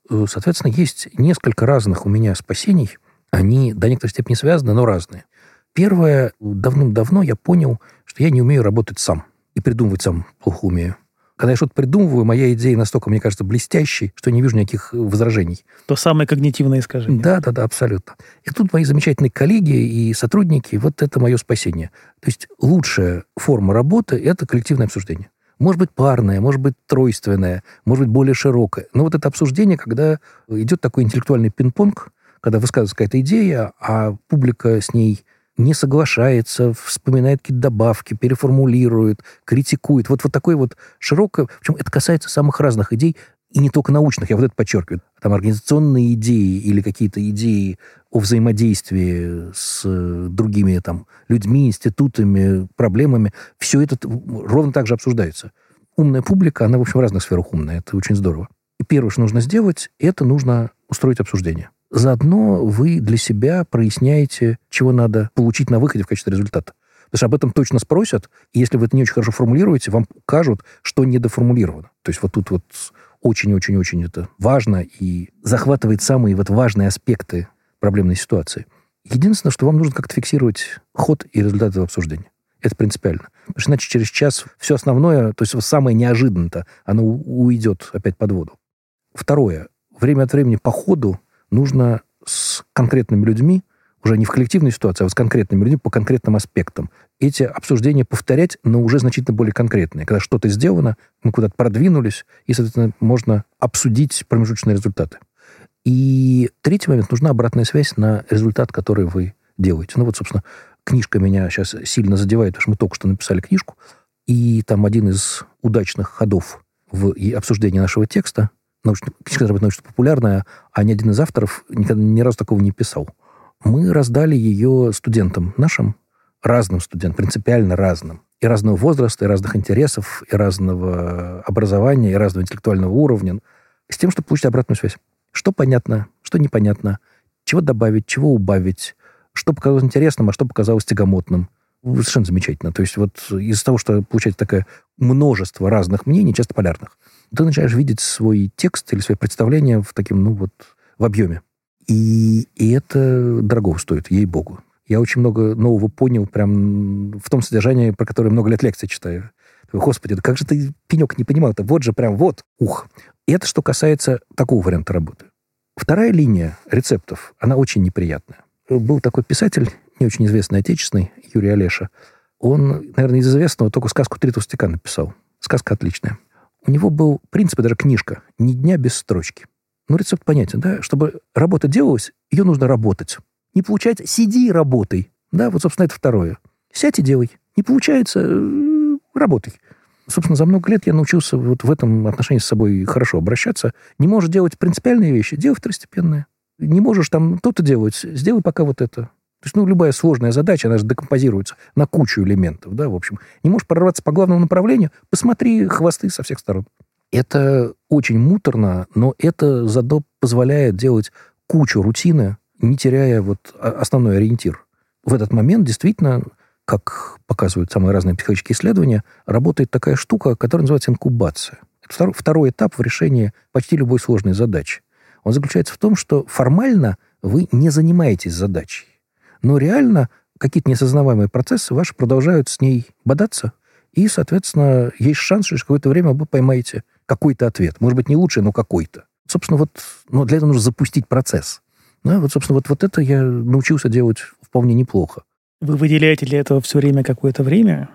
Соответственно, есть несколько разных у меня спасений. Они до некоторой степени связаны, но разные. Первое, давным-давно я понял, что я не умею работать сам. И придумывать сам плохо умею. Когда я что-то придумываю, моя идея настолько, мне кажется, блестящей, что я не вижу никаких возражений. То самое когнитивное искажение. Да, абсолютно. И тут мои замечательные коллеги и сотрудники, вот это мое спасение. То есть лучшая форма работы – это коллективное обсуждение. Может быть, парное, может быть, тройственное, может быть, более широкое. Но вот это обсуждение, когда идет такой интеллектуальный пинг-понг, когда высказывается какая-то идея, а публика с ней не соглашается, вспоминает какие-то добавки, переформулирует, критикует. Вот такое вот широкое... Причем это касается самых разных идей, и не только научных, я вот это подчеркиваю. Там организационные идеи или какие-то идеи о взаимодействии с другими там людьми, институтами, проблемами. Все это ровно так же обсуждается. Умная публика, она, в общем, в разных сферах умная. Это очень здорово. И первое, что нужно сделать, это нужно устроить обсуждение. Заодно вы для себя проясняете, чего надо получить на выходе в качестве результата. Потому что об этом точно спросят, и если вы это не очень хорошо формулируете, вам укажут, что недоформулировано. То есть вот тут вот очень-очень-очень это важно и захватывает самые вот важные аспекты проблемной ситуации. Единственное, что вам нужно как-то фиксировать ход и результат этого обсуждения. Это принципиально. Потому что иначе через час все основное, то есть самое неожиданное-то, оно уйдет опять под воду. Второе. Время от времени по ходу нужно с конкретными людьми, уже не в коллективной ситуации, а вот с конкретными людьми по конкретным аспектам, эти обсуждения повторять, но уже значительно более конкретные. Когда что-то сделано, мы куда-то продвинулись, и, соответственно, можно обсудить промежуточные результаты. И третий момент. Нужна обратная связь на результат, который вы делаете. Ну вот, собственно, книжка меня сейчас сильно задевает, потому что мы только что написали книжку, и там один из удачных ходов в обсуждении нашего текста, книжка научно-популярная, а ни один из авторов никогда ни разу такого не писал. Мы раздали ее студентам нашим, разным студентам, принципиально разным. И разного возраста, и разных интересов, и разного образования, и разного интеллектуального уровня. С тем, чтобы получить обратную связь. Что понятно, что непонятно, чего добавить, чего убавить, что показалось интересным, а что показалось тягомотным. Совершенно замечательно. То есть вот из-за того, что получается такое множество разных мнений, часто полярных, ты начинаешь видеть свой текст или свои представления в таким, в объеме. И это дорого стоит, ей-богу. Я очень много нового понял прям в том содержании, про которое много лет лекции читаю. Господи, да как же ты, пенек, не понимал-то? Вот же прям вот, ух. И это что касается такого варианта работы. Вторая линия рецептов, она очень неприятная. Был такой писатель, не очень известный, отечественный, Юрий Олеша. Он, наверное, из известного только сказку «Три толстяка» написал. Сказка отличная. У него был принцип, даже книжка «Ни дня без строчки». Рецепт понятен, да? Чтобы работа делалась, ее нужно работать. Не получается, сиди и работай. Да, вот, собственно, это второе. Сядь и делай. Не получается, работай. Собственно, за много лет я научился вот в этом отношении с собой хорошо обращаться. Не можешь делать принципиальные вещи, делай второстепенные. Не можешь там то-то делать, сделай пока вот это. То есть, любая сложная задача, она же декомпозируется на кучу элементов, да, в общем. Не можешь прорваться по главному направлению, посмотри хвосты со всех сторон. Это очень муторно, но это зато позволяет делать кучу рутины, не теряя вот основной ориентир. В этот момент действительно, как показывают самые разные психологические исследования, работает такая штука, которая называется инкубация. Это второй этап в решении почти любой сложной задачи. Он заключается в том, что формально вы не занимаетесь задачей, но реально какие-то неосознаваемые процессы ваши продолжают с ней бодаться, и, соответственно, есть шанс, что через какое-то время вы поймаете какой-то ответ. Может быть, не лучший, но какой-то. Собственно, для этого нужно запустить процесс. Да, собственно, вот это я научился делать вполне неплохо. Вы выделяете для этого все время какое-то время?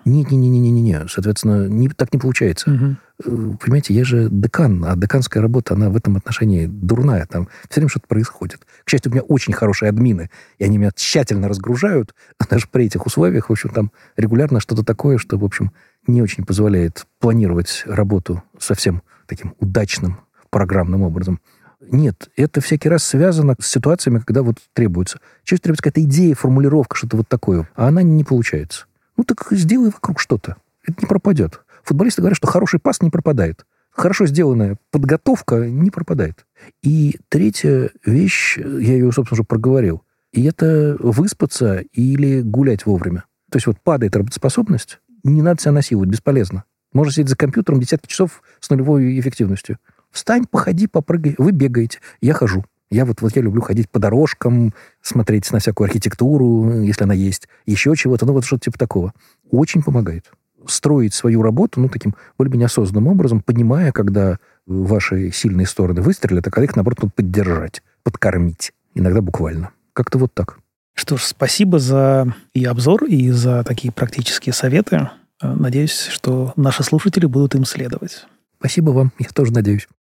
Не. Соответственно, так не получается. Угу. Понимаете, я же декан, а деканская работа, она в этом отношении дурная. Там все время что-то происходит. К счастью, у меня очень хорошие админы, и они меня тщательно разгружают. Даже при этих условиях, в общем, там регулярно что-то такое, что, в общем, не очень позволяет планировать работу совсем таким удачным программным образом. Нет, это всякий раз связано с ситуациями, когда вот требуется. Чаще требуется какая-то идея, формулировка, что-то вот такое. А она не получается. Так сделай вокруг что-то. Это не пропадет. Футболисты говорят, что хороший пас не пропадает. Хорошо сделанная подготовка не пропадает. И третья вещь, я ее, собственно, уже проговорил, и это выспаться или гулять вовремя. То есть вот падает работоспособность, не надо себя насиловать, бесполезно. Можно сидеть за компьютером десятки часов с нулевой эффективностью. Встань, походи, попрыгай. Вы бегаете. Я хожу. Я я люблю ходить по дорожкам, смотреть на всякую архитектуру, если она есть, еще чего-то, что-то типа такого. Очень помогает. Строить свою работу, таким более-менее осознанным образом, понимая, когда ваши сильные стороны выстрелят, а когда их, наоборот, надо поддержать, подкормить. Иногда буквально. Как-то вот так. Что ж, спасибо за и обзор, и за такие практические советы. Надеюсь, что наши слушатели будут им следовать. Спасибо вам. Я тоже надеюсь.